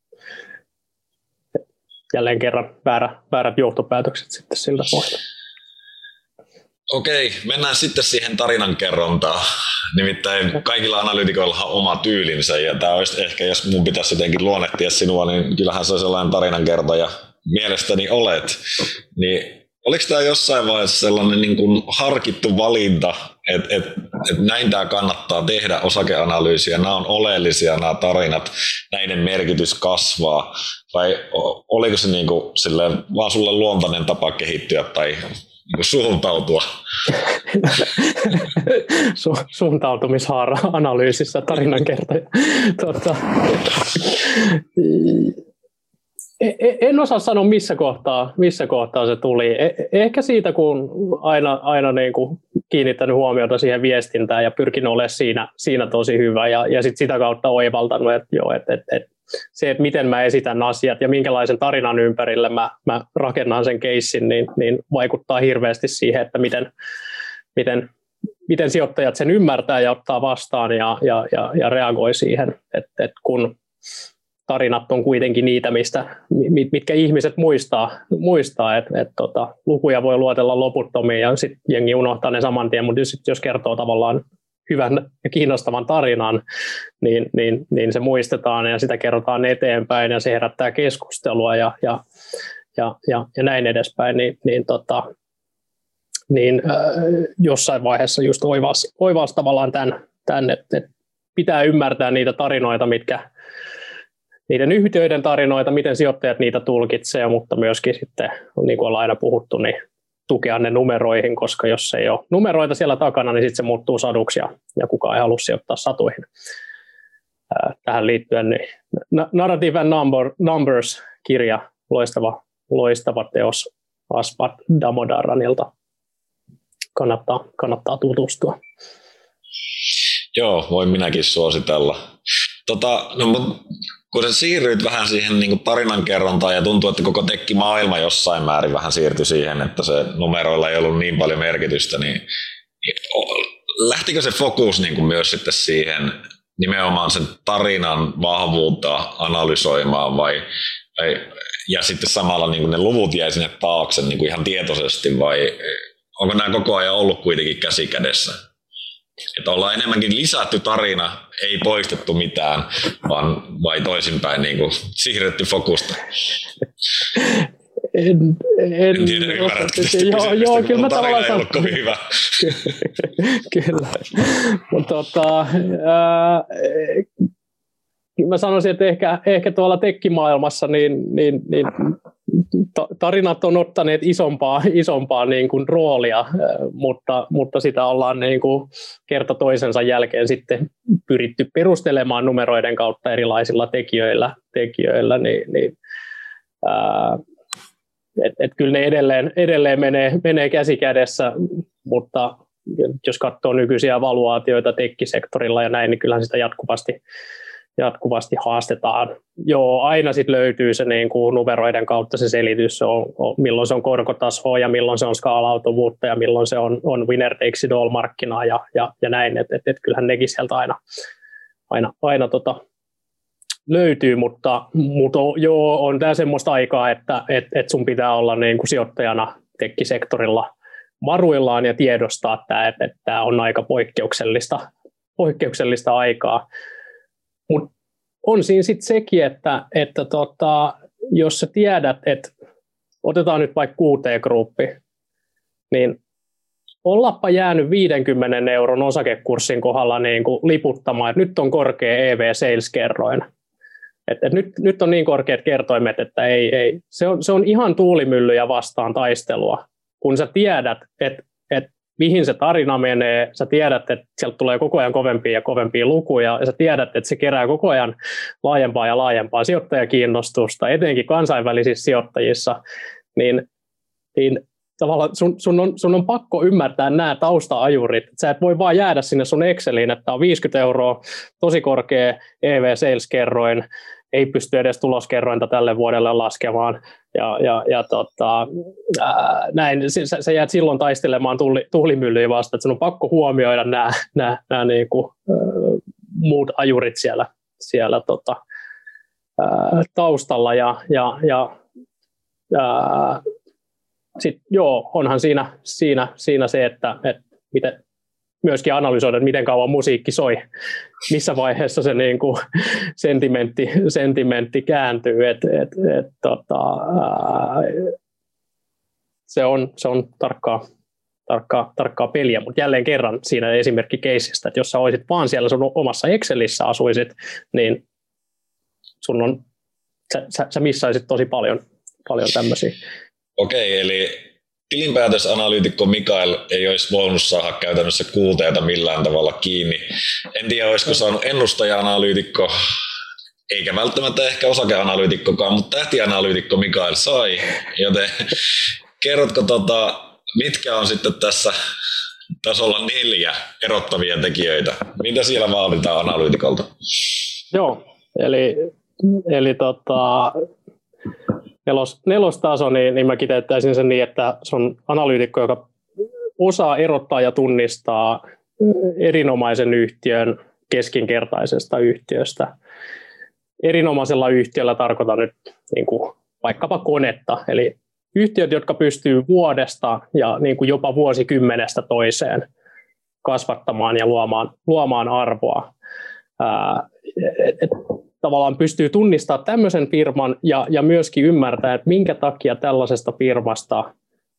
jälleen kerran väärä, väärät johtopäätökset sitten siltä pohjalta. Okei, mennään sitten siihen tarinankerrontaan. Nimittäin kaikilla analyytikoilla on oma tyylinsä, ja tämä olisi ehkä, jos mun pitäisi jotenkin luonnehtia sinua, niin kyllähän se on sellainen tarinankertoja. Mielestäni olet. Niin oliko tämä jossain vaiheessa sellainen niin kuin harkittu valinta, että et, et näin tämä kannattaa tehdä osakeanalyysiä, nämä on oleellisia nämä tarinat, näiden merkitys kasvaa, vai oliko se niin kuin silleen, vaan sulle luontainen tapa kehittyä tai niin kuin suuntautua? Su- suuntautumishaara analyysissä tarinankertoja. Tuota, en osaa sanoa, missä kohtaa, missä kohtaa se tuli. Ehkä siitä, kun aina, aina niin kuin kiinnittänyt huomiota siihen viestintään ja pyrkinyt olemaan siinä, siinä tosi hyvä. Ja, ja sit sitä kautta oivaltanut, että, joo, että, että, että se, että miten mä esitän asiat ja minkälaisen tarinan ympärille mä, mä rakennan sen keissin, niin, niin vaikuttaa hirveästi siihen, että miten, miten, miten sijoittajat sen ymmärtää ja ottaa vastaan ja, ja, ja, ja reagoi siihen, että, että kun tarinat on kuitenkin niitä, mistä, mitkä ihmiset muistaa, muistaa että et, tota, lukuja voi luotella loputtomiin ja sitten jengi unohtaa ne saman tien, mutta sit, jos kertoo tavallaan hyvän ja kiinnostavan tarinan, niin, niin, niin se muistetaan ja sitä kerrotaan eteenpäin ja se herättää keskustelua ja, ja, ja, ja, ja näin edespäin, niin, niin tota, niin äh, jossain vaiheessa just oivasi, oivasi tavallaan tämän, tämän että, että pitää ymmärtää niitä tarinoita, mitkä niiden yhtiöiden tarinoita, miten sijoittajat niitä tulkitsee, mutta myöskin sitten, niin kuin ollaan aina puhuttu, niin tukea ne numeroihin, koska jos ei ole numeroita siellä takana, niin sitten se muuttuu saduksi ja, ja kukaan ei halua sijoittaa satuihin. Ää, tähän liittyen niin Narrative and Number, Numbers-kirja, loistava, loistava teos Aspat Damodaranilta. Kannattaa, kannattaa tutustua. Joo, voin minäkin suositella. Tota, no, kun sä siirryit vähän siihen niin kuin tarinankerrontaan ja tuntuu, että koko tekkimaailma jossain määrin vähän siirtyi siihen, että se numeroilla ei ollut niin paljon merkitystä, niin lähtikö se fokus niin kuin myös sitten siihen nimenomaan sen tarinan vahvuutta analysoimaan vai, vai ja sitten samalla niin kuin ne luvut jäi sinne taakse niin kuin ihan tietoisesti vai onko nämä koko ajan ollut kuitenkin käsi kädessä? Että ollaan enemmänkin lisätty tarina, ei poistettu mitään, vaan vai toisinpäin niin kuin siirretty fokusta. En, en, en tiedä, ymmärrätkö tästä joo, joo, kyllä mä tarina ei tavallaan ollut kovin hyvä. Kyllä. Mutta tota, ää, mä sanoisin, että ehkä, ehkä tuolla tekkimaailmassa niin, niin, niin tarinat on ottaneet isompaa, isompaa niin kuin roolia, mutta, mutta sitä ollaan niin kuin kerta toisensa jälkeen sitten pyritty perustelemaan numeroiden kautta erilaisilla tekijöillä, tekijöillä niin, niin, ää, et, et kyllä ne edelleen, edelleen menee, menee käsi kädessä, mutta jos katsoo nykyisiä valuaatioita tekkisektorilla ja näin, niin kyllähän sitä jatkuvasti jatkuvasti haastetaan. Joo, aina sitten löytyy se niin kuin numeroiden kautta se selitys, se on, on, milloin se on korkotasoa ja milloin se on skaalautuvuutta ja milloin se on, on winner takes it all -markkinaa ja, ja, ja näin, että et, et kyllähän nekin sieltä aina, aina, aina tota löytyy, mutta, mutta joo, on tämä semmoista aikaa, että et, et sun pitää olla niin kuin sijoittajana tekkisektorilla varuillaan ja tiedostaa tämä, että et tämä on aika poikkeuksellista, poikkeuksellista aikaa. Mutta on siinä sitten sekin, että, että tota, jos sä tiedät, että otetaan nyt vaikka Q T-gruppi, niin ollappa jäänyt viidenkymmenen euron osakekurssin kohdalla niin kuin liputtamaan, että nyt on korkea E V-sales-kerroin. Että et nyt, nyt on niin korkeat kertoimet, että ei, ei. Se, on, se on ihan tuulimyllyjä vastaan taistelua, kun sä tiedät, että et mihin se tarina menee, sä tiedät, että sieltä tulee koko ajan kovempia ja kovempia lukuja, ja sä tiedät, että se kerää koko ajan laajempaa ja laajempaa sijoittajakiinnostusta, etenkin kansainvälisissä sijoittajissa, niin, niin tavallaan sun, sun, on, sun on pakko ymmärtää nämä tausta-ajurit. Sä et voi vaan jäädä sinne sun Exceliin, että on viisikymmentä euroa, tosi korkea E V-sales-kerroin, ei pysty edes tuloskerrointa tälle vuodelle laskemaan, ja, ja, ja tota, ää, näin, sä, sä jäät silloin taistelemaan tuuli, tuulimyllyjä vastaan, että sun on pakko huomioida nämä, nämä, nämä niin kuin, ä, muut ajurit siellä, siellä tota, ä, taustalla, ja, ja, ja ä, sit, joo, onhan siinä, siinä, siinä se, että, että miten myöskin analysoida, että miten kauan musiikki soi, missä vaiheessa se niin kuin sentimentti, sentimentti kääntyy. Et, et, et, tota, ää, se, on, se on tarkkaa, tarkkaa, tarkkaa peliä, mutta jälleen kerran siinä esimerkki keisistä, että jos sä olisit vaan siellä sun omassa Excelissä asuisit, niin sun on, sä, sä, sä missaisit tosi paljon, paljon tämmöisiä. Okei, eli tilinpäätösanalyytikko Mikael ei olisi voinut saada käytännössä kuuteita millään tavalla kiinni. En tiedä, olisiko saanut ennustaja-analyytikko, eikä välttämättä ehkä osakeanalyytikkokaan, mutta tähtianalyytikko Mikael sai. Joten kerrotko, tota, mitkä on sitten tässä tasolla neljä erottavia tekijöitä? Mitä siellä vaaditaan analyytikolta? Joo, eli, eli tota... Nelos, nelostaso, niin, niin mä kiteyttäisin sen niin, että se on analyytikko, joka osaa erottaa ja tunnistaa erinomaisen yhtiön keskinkertaisesta yhtiöstä. Erinomaisella yhtiöllä tarkoitan nyt niin kuin vaikkapa konetta, eli yhtiöt, jotka pystyy vuodesta ja niin kuin jopa vuosikymmenestä toiseen kasvattamaan ja luomaan, luomaan arvoa. Ää, et, et, tavallaan pystyy tunnistamaan tämmöisen firman ja, ja myöskin ymmärtää, että minkä takia tällaisesta firmasta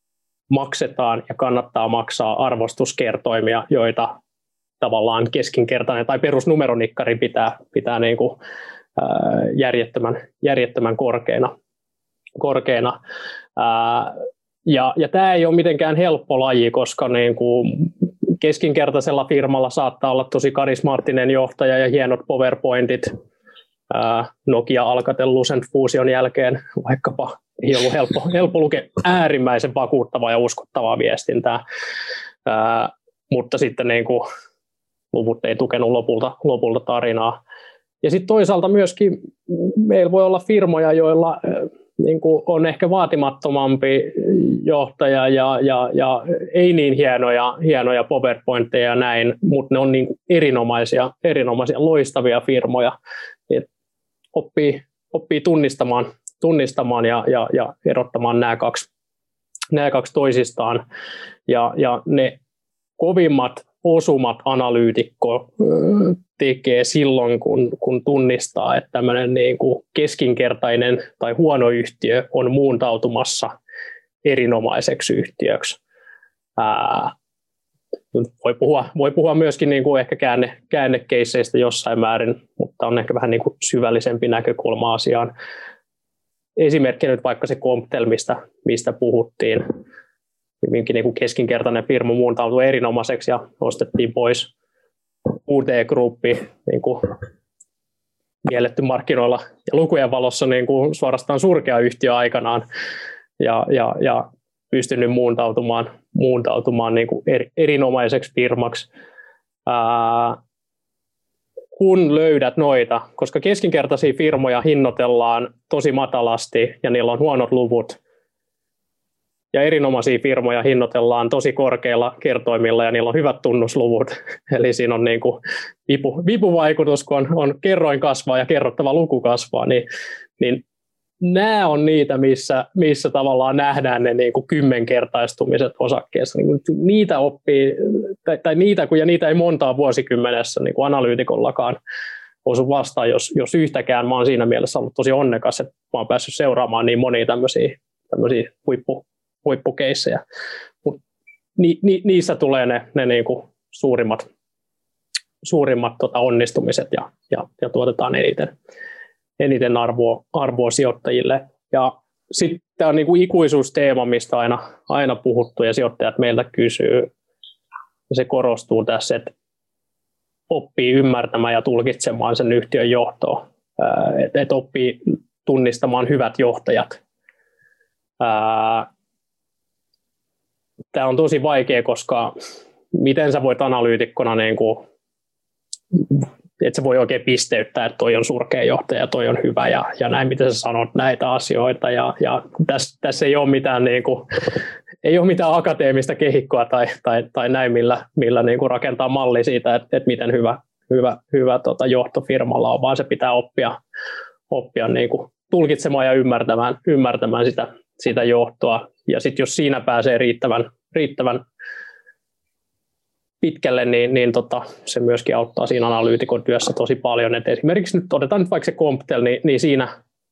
maksetaan ja kannattaa maksaa arvostuskertoimia, joita tavallaan keskinkertainen tai perusnumeronikkari pitää, pitää niin kuin, ää, järjettömän, järjettömän korkeina. korkeina. Ää, ja, ja tämä ei ole mitenkään helppo laji, koska niin kuin keskinkertaisella firmalla saattaa olla tosi karismaattinen johtaja ja hienot PowerPointit. Ää, Nokia Alcatel Lucent fuusion jälkeen vaikkapa ei ollut helppo, helppo lukea äärimmäisen vakuuttavaa ja uskottavaa viestintää, ää, mutta sitten niin kuin luvut ei tukenut lopulta, lopulta tarinaa. Ja sitten toisaalta myöskin meillä voi olla firmoja, joilla niin kuin on ehkä vaatimattomampi johtaja ja, ja, ja ei niin hienoja, hienoja PowerPointteja ja näin, mutta ne on niin kuin erinomaisia, erinomaisia, loistavia firmoja. Et oppii, oppii tunnistamaan, tunnistamaan ja, ja, ja erottamaan nämä kaksi, nämä kaksi toisistaan. Ja, ja ne kovimmat osumat analyytikko tekee silloin, kun, kun tunnistaa, että tämmöinen niin kuin keskinkertainen tai huono yhtiö on muuntautumassa erinomaiseksi yhtiöksi. Ää, voi, puhua, voi puhua myöskin niin kuin ehkä käänne, käännekeisseistä jossain määrin, mutta on ehkä vähän niin kuin syvällisempi näkökulma asiaan. Esimerkki nyt vaikka se Comptel, mistä, mistä puhuttiin. Hyvinkin niin kuin keskinkertainen firma muuntautui erinomaiseksi ja ostettiin pois U T-gruppi, niin kuin mielletty markkinoilla ja lukujen valossa niin kuin suorastaan surkea yhtiö aikanaan ja, ja, ja pystynyt muuntautumaan, muuntautumaan niin kuin eri, erinomaiseksi firmaksi. Ää, kun löydät noita, koska keskinkertaisia firmoja hinnoitellaan tosi matalasti ja niillä on huonot luvut, ja erinomaisia firmoja hinnoitellaan tosi korkeilla kertoimilla ja niillä on hyvät tunnusluvut. Eli siinä on niin kuin vipu, vipuvaikutus, kun on, on kerroin kasvaa ja kerrottava luku kasvaa. Niin, niin nämä on niitä, missä, missä tavallaan nähdään ne niin kuin kymmenkertaistumiset osakkeessa. Niin niitä oppii, tai, tai niitä, kun ja niitä ei montaa vuosikymmenessä niin kuin analyytikollakaan osu vastaan, jos, jos yhtäkään. Mä oon siinä mielessä ollut tosi onnekas, että mä oon päässyt seuraamaan niin monia tämmöisiä, tämmöisiä huippu huippukeissejä. Ni, ni, niissä tulee ne, ne niinku suurimmat, suurimmat tota onnistumiset ja, ja, ja tuotetaan eniten, eniten arvoa, arvoa sijoittajille. Ja sitten tämä on niinku ikuisuusteema, mistä aina, aina puhuttu ja sijoittajat meiltä kysyy. Ja se korostuu tässä, että oppii ymmärtämään ja tulkitsemaan sen yhtiön johtoa. Että et oppii tunnistamaan hyvät johtajat. Ää, Tämä on tosi vaikea, koska miten sä voit analyytikkona, niin kuin, että sä voi oikein pisteyttää, että toi on surkea johtaja, toi on hyvä ja, ja näin, miten sä sanot näitä asioita. Ja, ja tässä, tässä ei ole mitään, niin kuin, ei ole mitään akateemista kehikkoa tai, tai, tai näin, millä, millä niin kuin rakentaa malli siitä, että, että miten hyvä, hyvä, hyvä tota, johto firmalla on, vaan se pitää oppia, oppia niin kuin tulkitsemaan ja ymmärtämään, ymmärtämään sitä, sitä johtoa. Ja sitten jos siinä pääsee riittävän, riittävän pitkälle, niin, niin tota, se myöskin auttaa siinä analyytikon työssä tosi paljon. Et esimerkiksi nyt otetaan nyt vaikka se Comptel, niin, niin siinä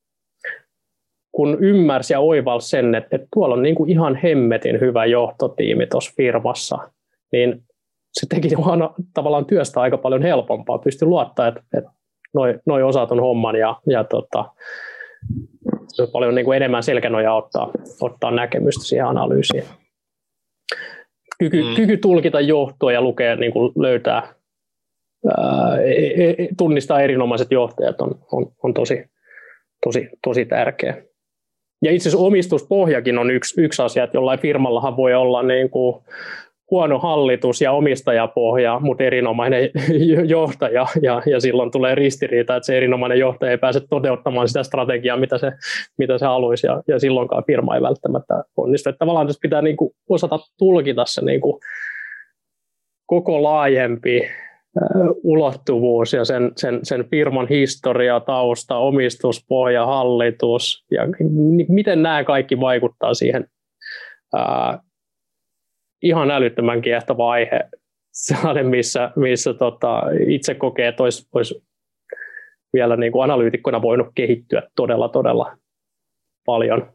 kun ymmärsi ja oivalsi sen, että, että tuolla on niin kuin ihan hemmetin hyvä johtotiimi tuossa firmassa, niin se teki tavallaan työstä aika paljon helpompaa. Pystyi luottaa, että, että noi, noi osaat on homman ja, ja tota, se on paljon niin kuin enemmän selkänojaa ottaa, ottaa näkemystä siihen analyysiin. Kyky, mm. kyky tulkita johtoa ja lukea, niin kuin löytää, ää, tunnistaa erinomaiset johtajat on, on, on tosi, tosi, tosi tärkeä. Ja itse asiassa omistuspohjakin on yksi, yksi asia, että jollain firmallahan voi olla niin kuin huono hallitus ja omistajapohja, mutta erinomainen johtaja, ja, ja silloin tulee ristiriita, että se erinomainen johtaja ei pääse toteuttamaan sitä strategiaa, mitä se, mitä se haluaisi, ja, ja silloinkaan firma ei välttämättä onnistu. Että tavallaan tässä pitää niin kuin osata tulkita se niin kuin koko laajempi äh, ulottuvuus ja sen, sen, sen firman historia, tausta, omistuspohja, hallitus, ja miten nämä kaikki vaikuttaa siihen äh, ihan älyttömän kiehtova aihe, sellainen, missä, missä tota, itse kokee, että olisi, olisi vielä niin kuin analyytikkona voinut kehittyä todella, todella paljon.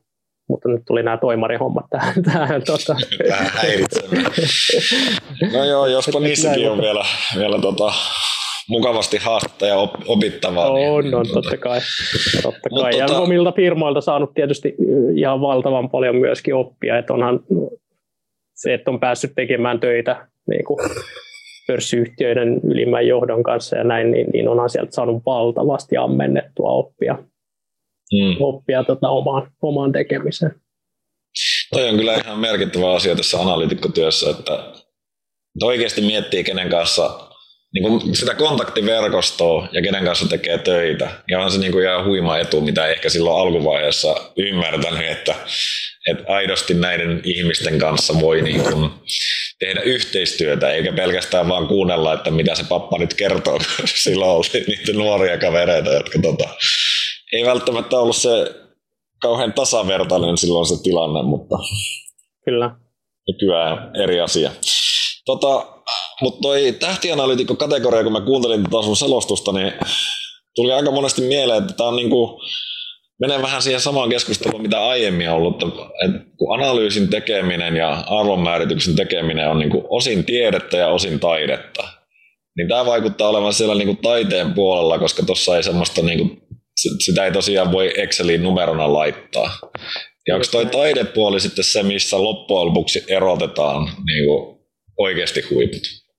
mutta nyt tuli nämä toimarihommat tähän. tähän tota. Vähän häiritsemme. No joo, jospa niissäkin on vielä, vielä tota, mukavasti haastetta ja opittavaa. On, niin, on, niin, totta kai. Totta kai. Mut, ja tota... omilta firmoilta saanut tietysti ihan valtavan paljon myöskin oppia, että onhan se, että on päässyt tekemään töitä niin kuin pörssiyhtiöiden ylimmän johdon kanssa ja näin, niin, niin onhan sieltä saanut valtavasti ammennettua oppia, mm. oppia tota omaan, omaan tekemiseen. Toi on kyllä ihan merkittävä asia tässä analyytikkotyössä, että oikeasti miettii kenen kanssa niin kuin sitä kontaktiverkostoa ja kenen kanssa tekee töitä. Ja on se niin kuin ihan huima etu, mitä ehkä silloin alkuvaiheessa ymmärtänyt, että, että aidosti näiden ihmisten kanssa voi niin kuin tehdä yhteistyötä, eikä pelkästään vaan kuunnella, että mitä se pappa nyt kertoo, kun silloin oltiin niitä nuoria kavereita, jotka tota, ei välttämättä ollut se kauhean tasavertainen silloin se tilanne, mutta kyllä. Nykyään eri asia. Tota, mutta toi tähtianalyytikko-kategoria, kun mä kuuntelin tätä sun selostusta, niin tuli aika monesti mieleen, että tämä on niinku, menee vähän siihen samaan keskusteluun, mitä aiemmin on ollut, että kun analyysin tekeminen ja arvonmäärityksen tekeminen on niinku osin tiedettä ja osin taidetta, niin tämä vaikuttaa olevan siellä niinku taiteen puolella, koska tuossa ei semmoista, niinku, sitä ei tosiaan voi Exceliin numerona laittaa. Ja onko toi taidepuoli sitten se, missä loppujen lopuksi erotetaan niinku oikeasti huiput?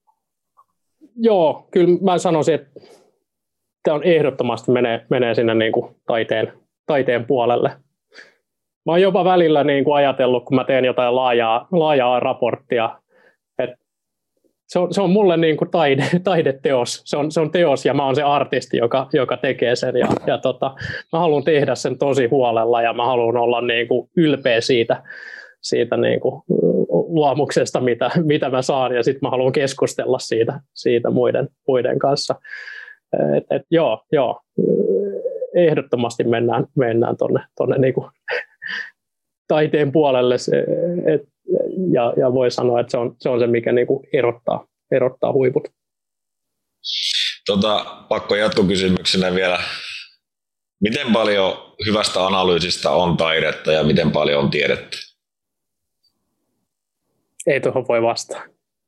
Joo, kyllä mä sanoisin, että tämä on ehdottomasti menee, menee sinne niin kuin taiteen, taiteen puolelle. Mä oon jopa välillä niin kuin ajatellut, kun mä teen jotain laajaa, laajaa raporttia, että se on, se on mulle niin kuin taide, taideteos. Se on, se on teos ja mä oon se artisti, joka, joka tekee sen. Ja, ja tota, mä haluan tehdä sen tosi huolella ja mä haluan olla niin kuin ylpeä siitä, siitä niin kuin luomuksesta, mitä, mitä mä saan, ja sitten mä haluan keskustella siitä, siitä muiden, muiden kanssa. Et, et, joo, joo, ehdottomasti mennään, mennään tonne, tonne niin kuin taiteen puolelle, et, ja, ja voi sanoa, että se on se, on se mikä niin kuin erottaa, erottaa huiput. Tota, pakko jatkokysymyksenä vielä. Miten paljon hyvästä analyysistä on taidetta ja miten paljon on tiedettä? Ei tuohon voi vastaa.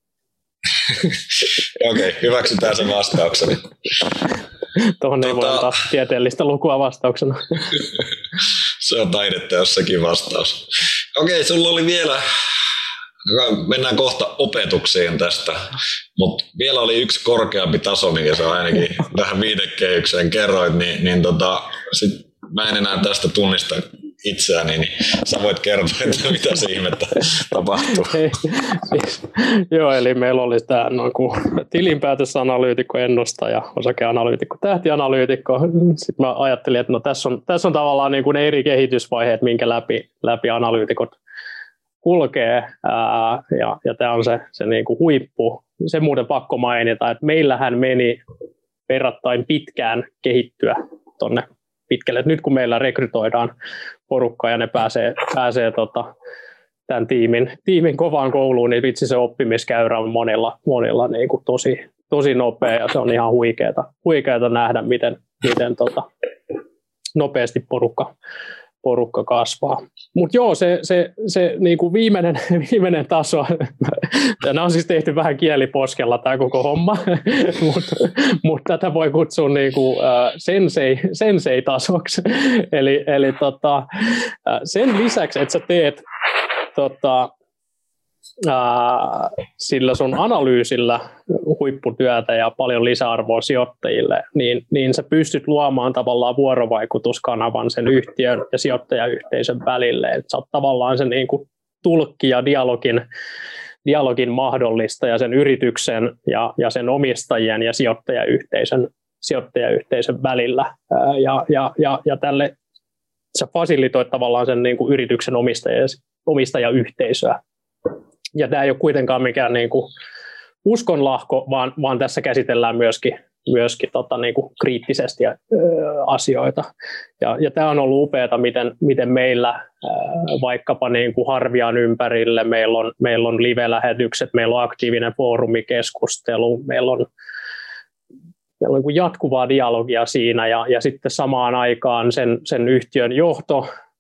Okei, okay, hyväksytään sen vastaukseni. Tuohon tota... ei voi antaa tieteellistä lukua vastauksena. Se on taidetta jossakin vastaus. Okei, okay, sulla oli vielä, mennään kohta opetukseen tästä, mutta vielä oli yksi korkeampi taso, mikä sä ainakin tähän viitekehykseen kerroit, niin, niin tota, sit mä en enää tästä tunnista itseäni, niin sä voit kertoa, että mitä se ihmettä tapahtuu. Ei, siis, joo, eli meillä oli tämä no, tilinpäätösanalyytikko, ennustaja, osakeanalyytikko, tähtianalyytikko. Sitten mä ajattelin, että no, tässä, on, tässä on tavallaan niin kuin ne eri kehitysvaiheet, minkä läpi, läpi analyytikot kulkee, ää, ja, ja tämä on se, se niin kuin huippu. Se muuten pakko mainita, että meillähän meni verrattain pitkään kehittyä tuonne pitkälle. Nyt kun meillä rekrytoidaan porukkaa ja ne pääsee, pääsee tota, tämän tiimin, tiimin kovaan kouluun, niin vitsi se oppimiskäyrä on monilla, monilla niin kuin tosi, tosi nopea, ja se on ihan huikeata, huikeata nähdä, miten, miten tota, nopeasti porukka, porukka kasvaa. Mutta joo, se, se, se niin kuin viimeinen, viimeinen taso, tämä on siis tehty vähän kieliposkella tämä koko homma, mutta mut tätä voi kutsua niin kuin, uh, sensei, sensei-tasoksi. eli eli tota, uh, sen lisäksi, että sä teet tota, uh, sillä sun analyysillä huipputyötä ja paljon lisäarvoa sijoittajille, niin, niin sä pystyt luomaan tavallaan vuorovaikutuskanavan sen yhtiön ja sijoittajayhteisön välille. Et sä oot tavallaan sen niin kuin tulkki ja dialogin, dialogin mahdollista ja sen yrityksen ja, ja sen omistajien ja sijoittajayhteisön, sijoittajayhteisön välillä. Ja, ja, ja, ja tälle sä fasilitoit tavallaan sen niin kuin yrityksen omistaja, omistajayhteisöä. Ja tämä ei ole kuitenkaan mikään niin kuin uskonlahko, vaan, vaan tässä käsitellään myöskin, myöskin tota, niin kuin kriittisesti ö, asioita. Ja, ja tämä on ollut upeata, miten, miten meillä ö, vaikkapa niin kuin Harvian ympärille, meillä on, meillä on live-lähetykset, meillä on aktiivinen foorumikeskustelu, meillä on, meillä on niin kuin jatkuvaa dialogia siinä, ja, ja sitten samaan aikaan sen, sen yhtiön johto,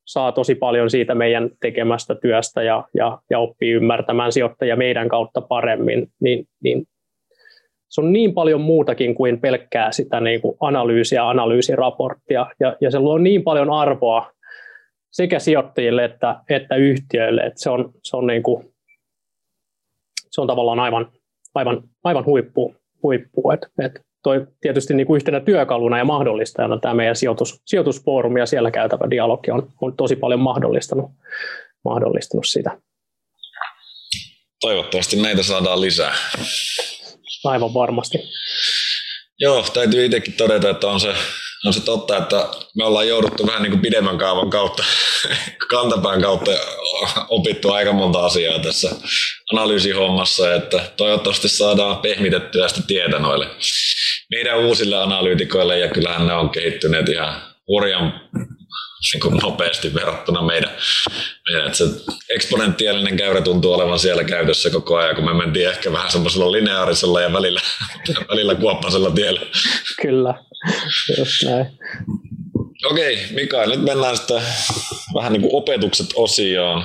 saa tosi paljon siitä meidän tekemästä työstä ja, ja, ja oppii ymmärtämään sijoittajia meidän kautta paremmin, niin, niin se on niin paljon muutakin kuin pelkkää sitä niin kuin analyysiä, analyysiraporttia, ja, ja se luo niin paljon arvoa sekä sijoittajille että, että yhtiöille, että se on, se on, niin kuin, se on tavallaan aivan, aivan, aivan huippu. huippu. Et, et toi tietysti niin kuin yhtenä työkaluna ja mahdollistajana tämä meidän sijoitus, sijoitusfoorumi ja siellä käytävä dialogi on, on tosi paljon mahdollistanut, mahdollistanut sitä. Toivottavasti näitä saadaan lisää. Aivan varmasti. Joo, täytyy itsekin todeta, että on se, on se totta, että me ollaan jouduttu vähän niin kuin pidemmän kaavan kautta, kantapään kautta opittu aika monta asiaa tässä analyysihommassa, että toivottavasti saadaan pehmitettyä sitä tietä noille meidän uusille analyytikoille, ja kyllähän ne on kehittyneet ihan hurjan niin kuin nopeasti verrattuna meidän, meidän että se eksponentiaalinen käyrä tuntuu olevan siellä käytössä koko ajan, kun me mentiin ehkä vähän semmoisella lineaarisella ja välillä, välillä kuoppasella tiellä. Kyllä, just näin. Okei, Mikael, nyt mennään sitten vähän niin kuin opetukset osioon.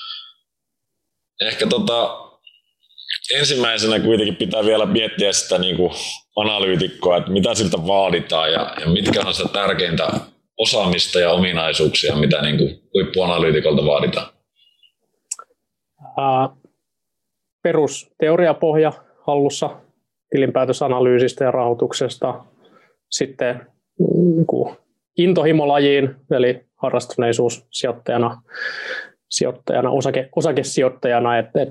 Ehkä tota, ensimmäisenä kuitenkin pitää vielä miettiä sitä niin kuin analyytikkoa, että mitä siltä vaaditaan ja, ja mitkä on sitä tärkeintä osaamista ja ominaisuuksia, mitä niin kuin huippuanalyytikolta vaaditaan? Ää, perusteoriapohja hallussa tilinpäätösanalyysistä ja rahoituksesta. Sitten niin kuin intohimolajiin, eli harrastuneisuus sijoittajana, sijoittajana osake, osakesijoittajana, että et,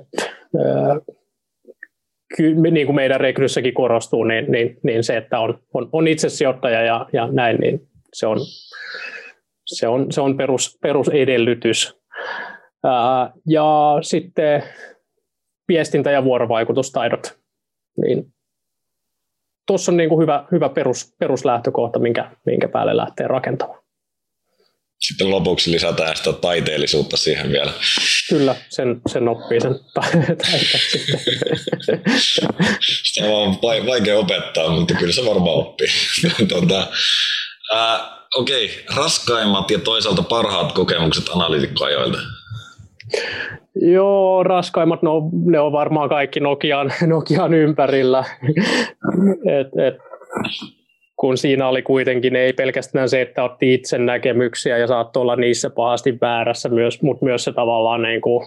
niin kuin meidän rekryssäkin korostuu, niin, niin, niin se, että on, on, on itse sijoittaja ja, ja näin, niin se on, se on, se on perus, perusedellytys. Ää, ja sitten viestintä- ja vuorovaikutustaidot. Niin tuossa on niin kuin hyvä, hyvä perus, peruslähtökohta, minkä, minkä päälle lähtee rakentamaan. Sitten lopuksi lisätään sitä taiteellisuutta siihen vielä. Kyllä, sen, sen oppii sen taiteellisuutta sitten. Sitä on vaikea opettaa, mutta kyllä se varmaan oppii. tuota, ää, okei, raskaimmat ja toisaalta parhaat kokemukset analyytikkoajoilta. Joo, raskaimmat, no, ne on varmaan kaikki Nokian, Nokian ympärillä. et, et, kun siinä oli kuitenkin ei pelkästään se, että otti itse näkemyksiä ja saattoi olla niissä pahasti väärässä, myös, mutta myös se tavallaan niin kuin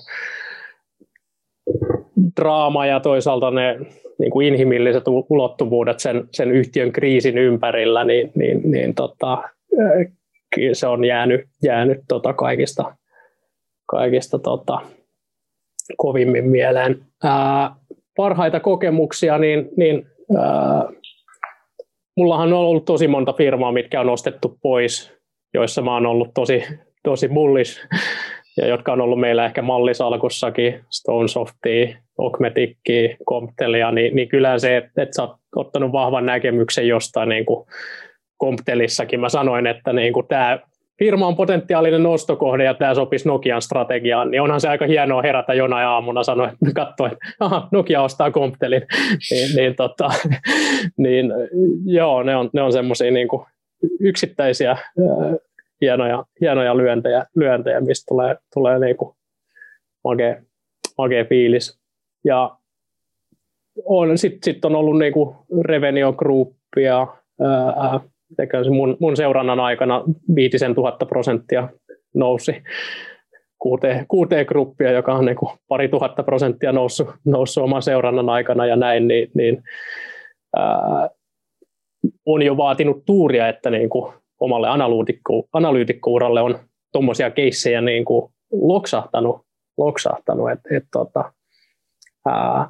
draama ja toisaalta ne niin kuin inhimilliset ulottuvuudet sen, sen yhtiön kriisin ympärillä, niin, niin, niin tota, se on jäänyt, jäänyt tota kaikista, kaikista tota, kovimmin mieleen. Ää, parhaita kokemuksia, niin, niin ää, mullahan on ollut tosi monta firmaa, mitkä on ostettu pois, joissa mä oon ollut tosi, tosi bullish, ja jotka on ollut meillä ehkä mallisalkussakin, Stonesoftia, Augmeticia, Comptelia, niin, niin kyllä se, että, että sä oot ottanut vahvan näkemyksen jostain, niin kuin Comptelissakin mä sanoin, että niin kuin tämä firma on potentiaalinen ostokohde ja tämä sopisi Nokian strategiaan, niin onhan se aika hienoa herätä jonain aamuna sanoa, että katsoa, että aha, Nokia ostaa Comptelin. niin, niin, tota, niin joo, ne on, ne on semmoisia niin kuin yksittäisiä ää, hienoja, hienoja lyöntejä, lyöntejä, mistä tulee, tulee niin kuin makea, makea fiilis. Ja sitten sit on ollut niin kuin Revenio Groupia, ää, se mun, mun seurannan aikana viitisen tuhatta prosenttia nousi Q T-gruppia, joka on niin kuin pari tuhatta prosenttia noussut, noussut oman seurannan aikana ja näin, niin, niin ää, on jo vaatinut tuuria, että niin kuin omalle analyytikko, analyytikkouralle on tuommoisia keissejä niin kuin loksahtanut, loksahtanut et, et, tota, ää,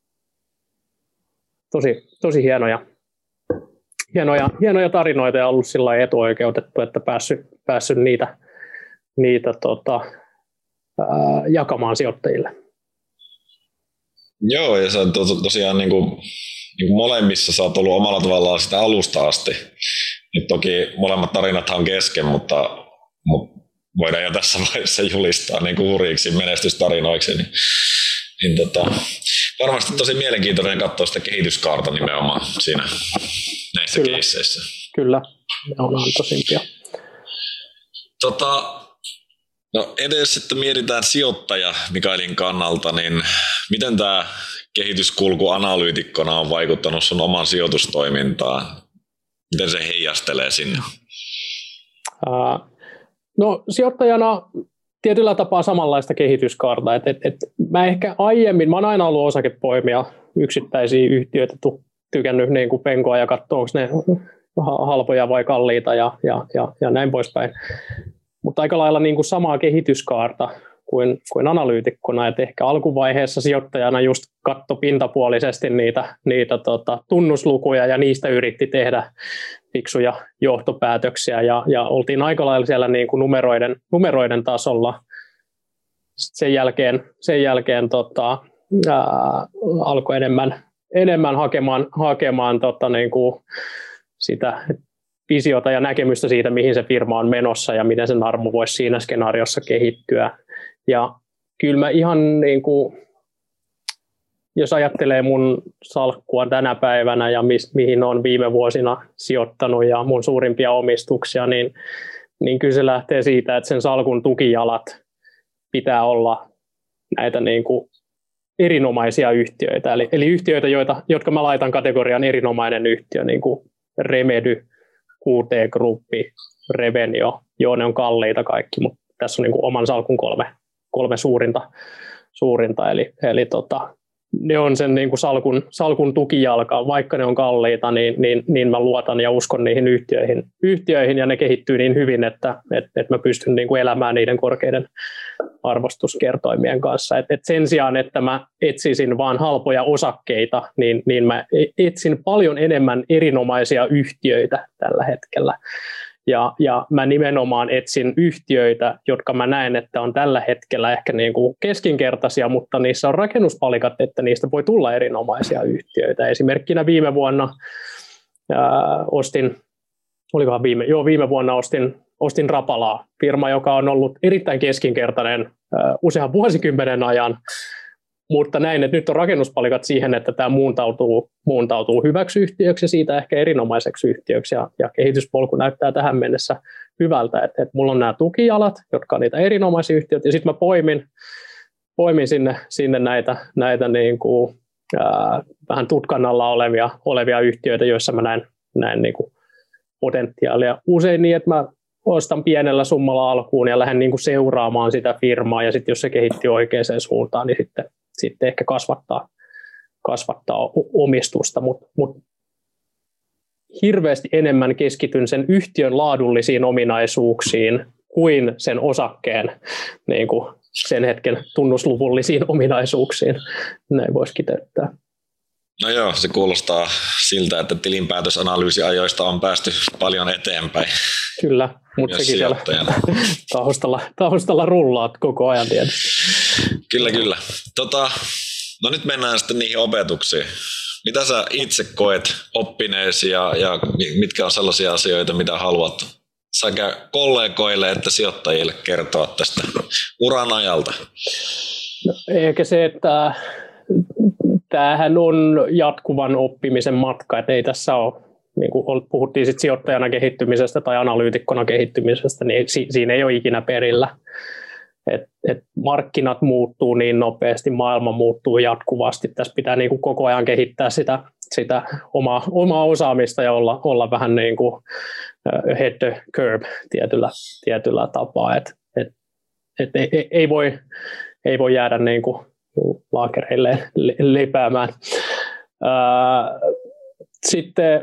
tosi, tosi hienoja. Hienoja, hienoja tarinoita ja ollut sillä lailla etuoikeutettu, että päässyt, päässyt niitä, niitä tota, ää, jakamaan sijoittajille. Joo, ja sä to, tosiaan niin kuin, niin kuin molemmissa sä oot ollut omalla tavallaan sitä alusta asti. Nyt toki molemmat tarinathan on kesken, mutta, mutta voidaan jo tässä vaiheessa julistaa niin kuin hurjiksi menestystarinoiksi. Niin, niin tota, varmasti tosi mielenkiintoinen katsoa sitä kehityskaarta nimenomaan siinä näissä kyllä, keisseissä. Kyllä, ne on antoisimpia. Tota, No edes sitten mietitään sijoittaja Mikaelin kannalta, niin miten tämä kehityskulku analyytikkona on vaikuttanut sun oman sijoitustoimintaan? Miten se heijastelee sinne? Uh, no sijoittajana tietyllä tapaa samanlaista kehityskaarta. Et, et, et mä ehkä aiemmin, mä oon aina ollut osakepoimija, yksittäisiä yhtiöitä, tykännyt niin kuin penkoa ja katsoa, onko ne halpoja vai kalliita ja, ja, ja, ja näin poispäin. Mutta aika lailla niin kuin samaa kehityskaarta kuin, kuin analyytikkona, että ehkä alkuvaiheessa sijoittajana just katto pintapuolisesti niitä, niitä tota, tunnuslukuja ja niistä yritti tehdä fiksuja johtopäätöksiä ja, ja oltiin aika lailla siellä niin kuin numeroiden, numeroiden tasolla. Sen jälkeen, sen jälkeen tota, ää, alkoi enemmän, enemmän hakemaan, hakemaan tota, niin kuin sitä visiota ja näkemystä siitä, mihin se firma on menossa ja miten sen arvo voisi siinä skenaariossa kehittyä. Ja kyllä mä ihan niin kuin, jos ajattelee mun salkkua tänä päivänä ja mis, mihin olen viime vuosina sijoittanut ja mun suurimpia omistuksia, niin, niin kyllä se lähtee siitä, että sen salkun tukijalat pitää olla näitä niin kuin erinomaisia yhtiöitä. Eli, eli yhtiöitä, joita, jotka mä laitan kategorian erinomainen yhtiö, niin kuin Remedy, Q T-gruppi, Revenio. Joo, ne on kalliita kaikki, mutta tässä on niin kuin oman salkun kolme, kolme suurinta. suurinta eli, eli tota, ne on sen niin kuin salkun, salkun tukijalka. Vaikka ne on kalliita, niin, niin, niin mä luotan ja uskon niihin yhtiöihin, yhtiöihin ja ne kehittyy niin hyvin, että et, et mä pystyn niin kuin elämään niiden korkeiden arvostuskertoimien kanssa. Et, et sen sijaan, että mä etsisin vaan halpoja osakkeita, niin, niin mä etsin paljon enemmän erinomaisia yhtiöitä tällä hetkellä. Ja, ja mä nimenomaan etsin yhtiöitä, jotka mä näen, että on tällä hetkellä ehkä niin kuin keskinkertaisia, mutta niissä on rakennuspalikat, että niistä voi tulla erinomaisia yhtiöitä. Esimerkkinä viime vuonna ää, ostin, olikohan viime, joo, viime vuonna ostin, ostin Rapalaa, firma, joka on ollut erittäin keskinkertainen ää, usean vuosikymmenen ajan, mutta näin, että nyt on rakennuspalikat siihen, että tämä muuntautuu, muuntautuu hyväksi yhtiöksi ja siitä ehkä erinomaiseksi yhtiöksi, ja, ja kehityspolku näyttää tähän mennessä hyvältä, että, että mulla on nämä tukijalat, jotka on niitä erinomaisia yhtiöitä, ja sitten mä poimin, poimin sinne, sinne näitä, näitä niin kuin, ää, vähän tutkan alla olevia, olevia yhtiöitä, joissa mä näen, näen niin kuin potentiaalia. Usein niin, että mä ostan pienellä summalla alkuun ja lähden niin kuin seuraamaan sitä firmaa, ja sitten jos se kehittyy oikeaan suuntaan, niin sitten sitten ehkä kasvattaa, kasvattaa omistusta, mutta mut hirveästi enemmän keskityn sen yhtiön laadullisiin ominaisuuksiin kuin sen osakkeen niin kuin sen hetken tunnusluvullisiin ominaisuuksiin. Näin voisi kiteyttää. No joo, se kuulostaa siltä, että tilinpäätösanalyysiajoista on päästy paljon eteenpäin. Kyllä, mutta sekin siellä taustalla, taustalla rullaat koko ajan tietysti. Kyllä, kyllä. Tota, no nyt mennään sitten niihin opetuksiin. Mitä sä itse koet oppineesi ja, ja mitkä on sellaisia asioita, mitä haluat sekä kollegoille että sijoittajille kertoa tästä uran ajalta? No, ehkä se, että tämähän on jatkuvan oppimisen matka, että ei tässä ole, niin kuin puhuttiin sit sijoittajana kehittymisestä tai analyytikkona kehittymisestä, niin si- siinä ei ole ikinä perillä. Et, et markkinat muuttuu niin nopeasti, maailma muuttuu jatkuvasti. Tässä pitää niin kuin koko ajan kehittää sitä, sitä omaa, omaa osaamista ja olla, olla vähän niin kuin ahead the curve tietyllä, tietyllä tapaa. Et, et, et ei, ei, voi, ei voi jäädä niin kuin laakereille lepäämään. Sitten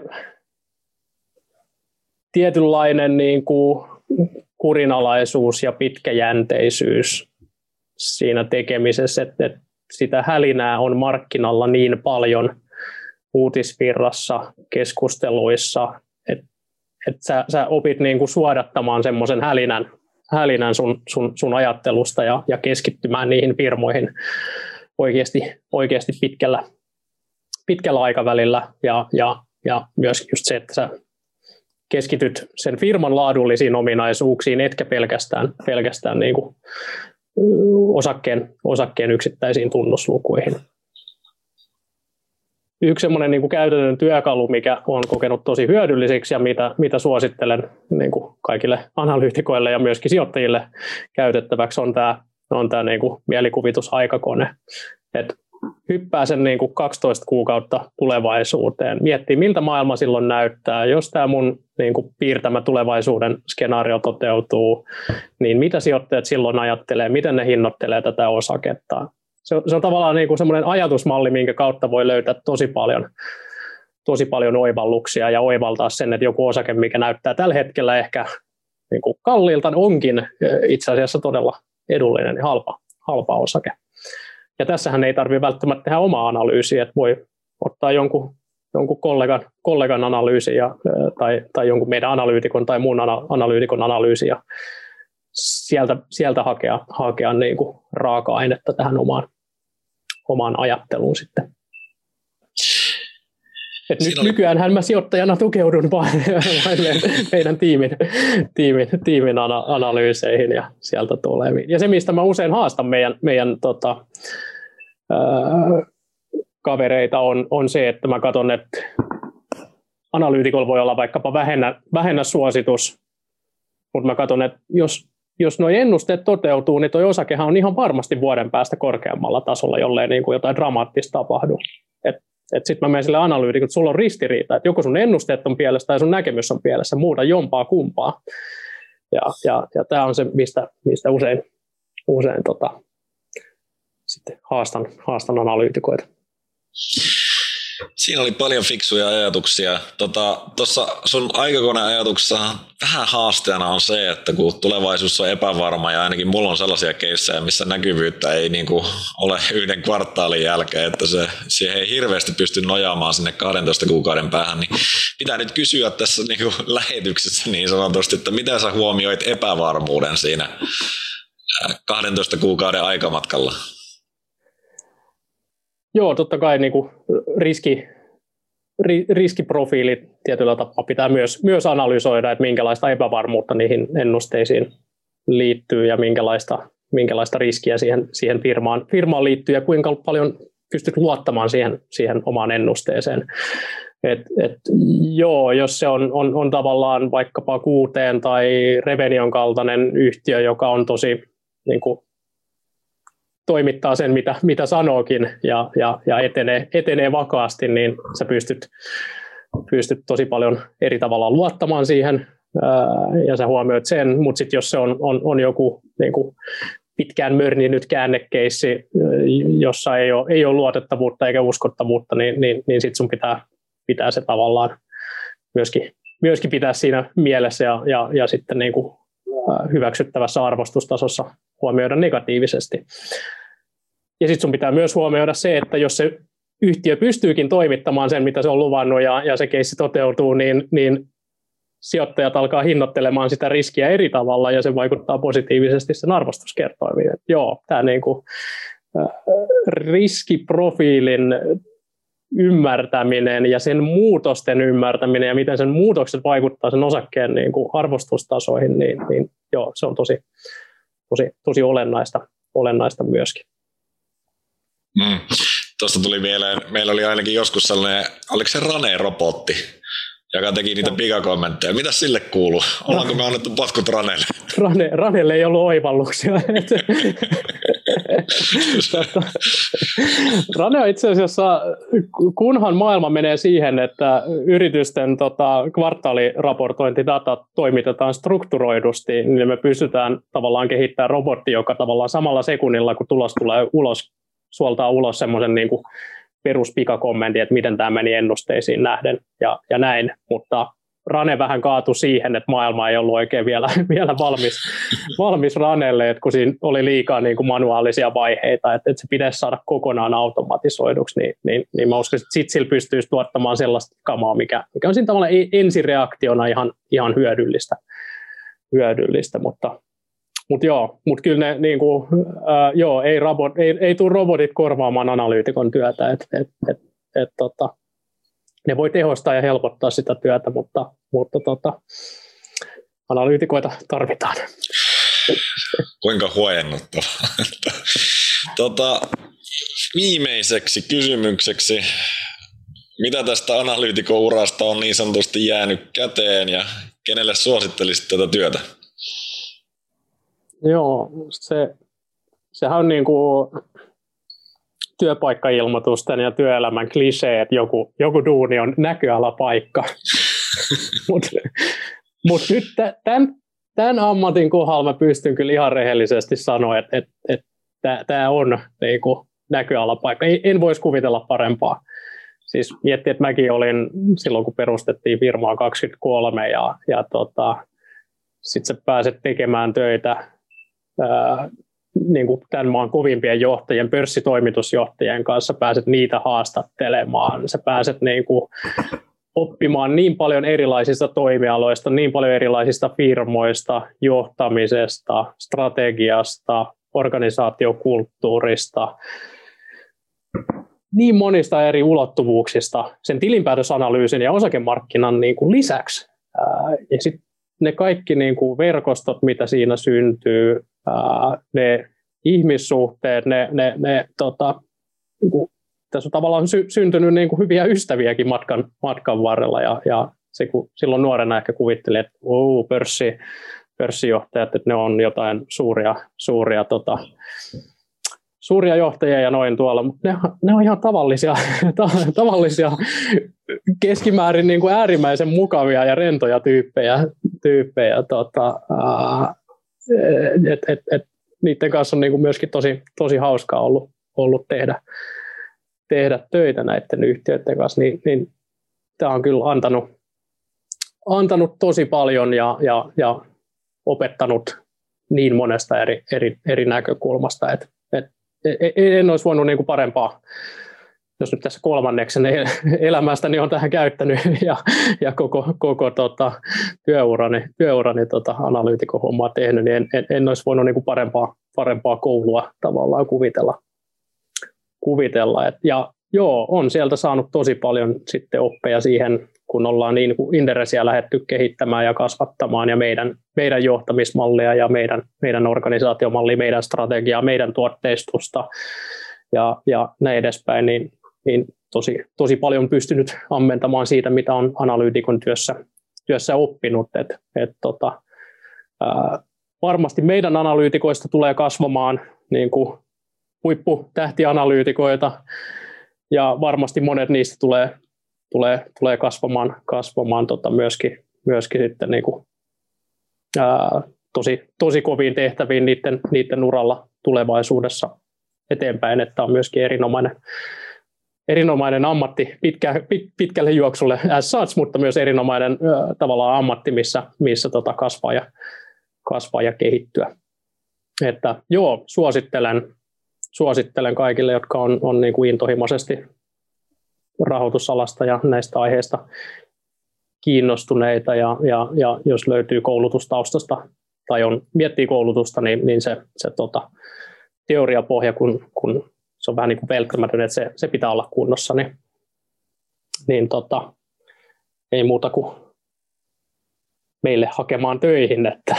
tietynlainen niin kuin kurinalaisuus ja pitkäjänteisyys siinä tekemisessä, että sitä hälinää on markkinalla niin paljon uutisvirrassa, keskusteluissa, että, että sä, sä opit niin kuin suodattamaan semmoisen hälinän, hälinän sun, sun, sun ajattelusta ja, ja keskittymään niihin firmoihin oikeasti, oikeasti pitkällä, pitkällä aikavälillä ja, ja, ja myös just se, että sä keskityt sen firman laadullisiin ominaisuuksiin, etkä pelkästään, pelkästään niin kuin osakkeen, osakkeen yksittäisiin tunnuslukuihin. yksi semmoinen niin kuin käytännön työkalu, mikä on kokenut tosi hyödylliseksi ja mitä, mitä suosittelen niin kuin kaikille analyytikoille ja myöskin sijoittajille käytettäväksi, on tämä, on tämä niin kuin mielikuvitusaikakone. Et hyppää sen niin kuin kaksitoista kuukautta tulevaisuuteen, miettii miltä maailma silloin näyttää, jos tämä mun niin kuin piirtämä tulevaisuuden skenaario toteutuu, niin mitä sijoittajat silloin ajattelee, miten ne hinnoittelee tätä osaketta. Se on, se on tavallaan niin kuin semmoinen ajatusmalli, minkä kautta voi löytää tosi paljon, tosi paljon oivalluksia ja oivaltaa sen, että joku osake, mikä näyttää tällä hetkellä ehkä niin kuin kalliilta, onkin itse asiassa todella edullinen ja halpa, halpa osake. Ja tässähän ei tarvitse välttämättä tehdä omaa analyysiä, että voi ottaa jonkun, jonkun kollegan, kollegan analyysi ja, tai, tai jonkun meidän analyytikon tai muun ana, analyytikon analyysi ja sieltä, sieltä hakea, hakea niin kuin raaka-ainetta tähän omaan, omaan ajatteluun sitten. Et nyt, oli... Nykyäänhän mä sijoittajana tukeudun vain, vain meidän tiimin, tiimin, tiimin ana, analyyseihin ja sieltä tuleviin. Ja se, mistä mä usein haastan meidän, meidän tota, ää, kavereita, on, on se, että mä katson, että analyytikolla voi olla vaikkapa vähennä, vähennä suositus, mutta mä katson, että jos, jos nuo ennusteet toteutuu, niin tuo osakehan on ihan varmasti vuoden päästä korkeammalla tasolla, jollei niin kuin jotain dramaattista tapahdu. Sitten mä menen sille analyytikolle, että sulla on ristiriita, että joko sun ennusteet on pielessä tai sun näkemys on pielessä, muuta jompaa kumpaa. Ja, ja, ja tämä on se, mistä, mistä usein, usein tota, sitten haastan, haastan analyytikoita. Siinä oli paljon fiksuja ajatuksia. Tuossa tota, sun aikakoneajatuksessa vähän haasteena on se, että kun tulevaisuus on epävarma ja ainakin mulla on sellaisia keissejä, missä näkyvyyttä ei niinku ole yhden kvartaalin jälkeen, että se, siihen ei hirveästi pysty nojaamaan sinne kahdentoista kuukauden päähän, niin pitää nyt kysyä tässä niinku lähetyksessä niin sanotusti, että miten sä huomioit epävarmuuden siinä kahdentoista kuukauden aikamatkalla? Joo, totta kai niin kuin riski, ri, riskiprofiilit tietyllä tapaa pitää myös, myös analysoida, että minkälaista epävarmuutta niihin ennusteisiin liittyy ja minkälaista, minkälaista riskiä siihen, siihen firmaan, firmaan liittyy ja kuinka paljon pystyt luottamaan siihen, siihen omaan ennusteeseen. Et, et, joo, jos se on, on, on tavallaan vaikkapa Kuuteen tai Revenion kaltainen yhtiö, joka on tosi niin kuin, toimittaa sen, mitä, mitä sanookin ja, ja, ja etenee, etenee vakaasti, niin sä pystyt, pystyt tosi paljon eri tavalla luottamaan siihen ää, ja sä huomioit sen, mutta sitten jos se on, on, on joku niin kuin pitkään mörninyt käännekeissi, jossa ei ole, ei ole luotettavuutta eikä uskottavuutta, niin, niin, niin sitten sun pitää, pitää se tavallaan myöskin, myöskin pitää siinä mielessä ja, ja, ja sitten niin kuin hyväksyttävässä arvostustasossa huomioida negatiivisesti. Ja sitten sun pitää myös huomioida se, että jos se yhtiö pystyykin toimittamaan sen, mitä se on luvannut ja, ja se keissi toteutuu, niin, niin sijoittajat alkaa hinnoittelemaan sitä riskiä eri tavalla ja se vaikuttaa positiivisesti sen arvostuskertoimiin. Et joo, tämä niinku, äh, riskiprofiilin ymmärtäminen ja sen muutosten ymmärtäminen ja miten sen muutokset vaikuttaa sen osakkeen niin kuin arvostustasoihin, niin, niin joo, se on tosi, tosi, tosi olennaista, olennaista myöskin. Mm. Tuosta tuli mieleen, meillä oli ainakin joskus sellainen, oliko se Rane-robotti, joka teki niitä pikakommentteja. Mitä sille kuuluu? Ollaanko me annettu potkut Ranelle? Rane, Ranelle ei ollut oivalluksia. Rane on itse asiassa, kunhan maailma menee siihen, että yritysten tota, kvartaaliraportointidata toimitetaan strukturoidusti, niin me pystytään tavallaan kehittämään robotti, joka tavallaan samalla sekunnilla, kun tulos tulee ulos, suoltaa ulos semmoisen niin kuin peruspikakommentin, että miten tämä meni ennusteisiin nähden ja, ja näin, mutta Rane vähän kaatui siihen, että maailma ei ollut oikein vielä, vielä valmis, valmis Ranelle, että kun siinä oli liikaa niin kuin manuaalisia vaiheita, että, että se pitäisi saada kokonaan automatisoiduksi, niin, niin, niin mä uskon, että sitten sillä pystyisi tuottamaan sellaista kamaa, mikä, mikä on siinä tavallaan ensireaktiona ihan, ihan hyödyllistä, hyödyllistä mutta Mutta joo, mut kyllä ne niinku, äh, joo, ei, robot, ei, ei tule robotit korvaamaan analyytikon työtä, et, et, et, et, tota, ne voi tehostaa ja helpottaa sitä työtä, mutta, mutta tota, analyytikoita tarvitaan. Kuinka huojennuttavaa. tota, viimeiseksi kysymykseksi Mitä tästä analyytikon-urasta on niin sanotusti jäänyt käteen ja kenelle suosittelisit tätä työtä? Joo, se, sehän on niin kuin työpaikkailmoitusten ja työelämän klisee, että joku, joku duuni on näköalapaikka. Mutta mut nyt tämän, tämän ammatin kohdalla mä pystyn kyllä ihan rehellisesti sanoa, että, että, että tämä on niin kuin näköalapaikka. En voisi kuvitella parempaa. Siis miettii, että mäkin olin silloin, kun perustettiin firmaa kaksikymmentäkolme ja, ja tota, sitten sä pääset tekemään töitä ää, niin kuin tämän maan kovimpien johtajien, pörssitoimitusjohtajien kanssa, pääset niitä haastattelemaan. Sä pääset niin kuin oppimaan niin paljon erilaisista toimialoista, niin paljon erilaisista firmoista, johtamisesta, strategiasta, organisaatiokulttuurista, niin monista eri ulottuvuuksista sen tilinpäätösanalyysin ja osakemarkkinan niin kuin lisäksi. Ja sitten ne kaikki niin kuin verkostot, mitä siinä syntyy, ne ihmissuhteet, ne, ne, ne tota, niin kuin, tässä on tavallaan sy- syntynyt niin kuin hyviä ystäviäkin matkan, matkan varrella. Ja, ja se, kun silloin nuorena ehkä kuvitteli, että oh, pörssi, pörssijohtajat, että ne on jotain suuria, suuria tota, suuria johtajia ja noin tuolla, mutta ne, ne on ihan tavallisia, tavallisia keskimäärin niin kuin äärimmäisen mukavia ja rentoja tyyppejä. tyyppejä tota, et, et, et, niiden kanssa on niin kuin myöskin tosi, tosi hauskaa ollut, ollut tehdä, tehdä töitä näiden yhtiöiden kanssa, niin, niin tämä on kyllä antanut, antanut tosi paljon ja, ja, ja opettanut niin monesta eri, eri, eri näkökulmasta, että en olisi voinut niin kuin parempaa, jos nyt tässä kolmanneksen elämästäni on tähän käyttänyt ja, ja koko, koko tota, työurani, työurani tota, analyytikon hommaa tehnyt, niin en, en, en olisi voinut niin kuin parempaa, parempaa koulua tavallaan kuvitella. kuvitella. Et, ja joo, on sieltä saanut tosi paljon sitten oppeja siihen, kun ollaan niin kuin Inderesiä lähdetty kehittämään ja kasvattamaan ja meidän, meidän johtamismallia ja meidän, meidän organisaatiomallia, meidän strategiaa, meidän tuotteistusta ja, ja näin edespäin, niin, niin tosi, tosi paljon pystynyt ammentamaan siitä, mitä on analyytikon työssä, työssä oppinut. Et, et tota, ää, varmasti meidän analyytikoista tulee kasvamaan niin kuin huipputähtianalyytikoita ja varmasti monet niistä tulee Tulee, tulee kasvamaan, kasvamaan tota myöskin, myöskin sitten niin kuin, ää, tosi, tosi koviin tehtäviin niiden, niiden uralla tulevaisuudessa eteenpäin, että on myöskin erinomainen, erinomainen ammatti pitkä, pit, pitkälle juoksulle as such, mutta myös erinomainen ää, tavallaan ammatti, missä, missä tota kasvaa, ja, kasvaa ja kehittyä. Että joo, suosittelen, suosittelen kaikille, jotka on, on niin kuin intohimoisesti rahoitusalasta ja näistä aiheista kiinnostuneita ja, ja, ja jos löytyy koulutustaustasta tai on, miettii koulutusta, niin, niin se, se tota, teoriapohja, kun, kun se on vähän niin kuin välttämätön, että se, se pitää olla kunnossa, niin, niin tota, ei muuta kuin meille hakemaan töihin, että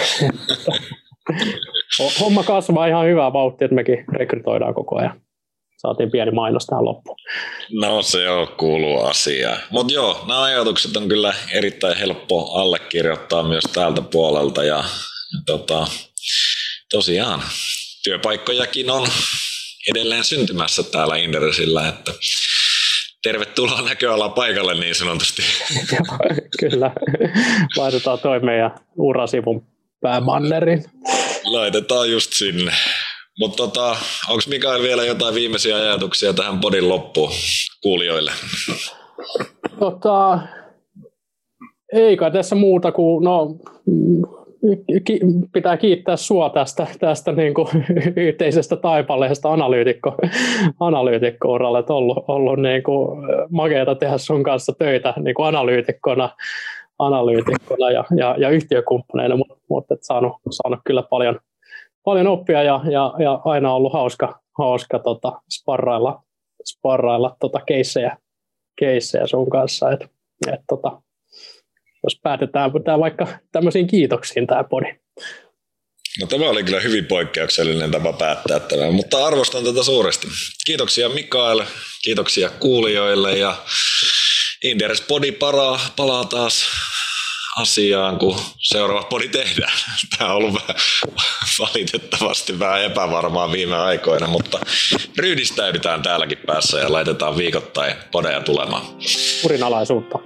homma kasvaa ihan hyvää vauhtia, että mekin rekrytoidaan koko ajan. Saatiin pieni mainos tähän loppuun. No se on kuuluu asiaan. Mutta joo, nämä ajatukset on kyllä erittäin helppo allekirjoittaa myös täältä puolelta. Ja, ja tota, tosiaan työpaikkojakin on edelleen syntymässä täällä Inderesillä, että tervetuloa näköalan paikalle niin sanotusti. Kyllä, laitetaan toi meidän urasivun pääbannerin. Laitetaan just sinne. Mutta tota, onko Mikael vielä jotain viimeisiä ajatuksia tähän podin loppuun kuulijoille? Tota, ei kai tässä muuta kuin, no, ki, pitää kiittää sua tästä, tästä niin kuin yhteisestä taipaleesta analyytikko, analyytikko-uralle. On ollut, ollut niin kuin makeata tehdä sun kanssa töitä niin kuin analyytikkona, analyytikkona ja, ja, ja yhtiökumppaneina, mutta mut saanut, saanut kyllä paljon Paljon oppia ja, ja, ja aina on ollut hauska, hauska tota, sparrailla, sparrailla tota, keissejä, keissejä sun kanssa. Et, et, tota, jos päätetään tämä vaikka tämmöisiin kiitoksiin tämä podi. No tämä oli kyllä hyvin poikkeuksellinen tapa päättää tämän, mutta arvostan tätä suuresti. Kiitoksia Mikael, kiitoksia kuulijoille ja Inderes Podi palaa, palaa taas asiaan, kun seuraava podi tehdään. Tämä on ollut vähän, valitettavasti vähän epävarmaa viime aikoina, mutta ryhdistäydytään täälläkin päässä ja laitetaan viikoittain podeja tulemaan. Kurinalaisuutta.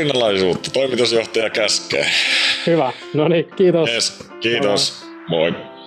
Kurinalaisuutta. Toimitusjohtaja käskee. Hyvä. No niin, kiitos. Yes, kiitos. Moi. Moi.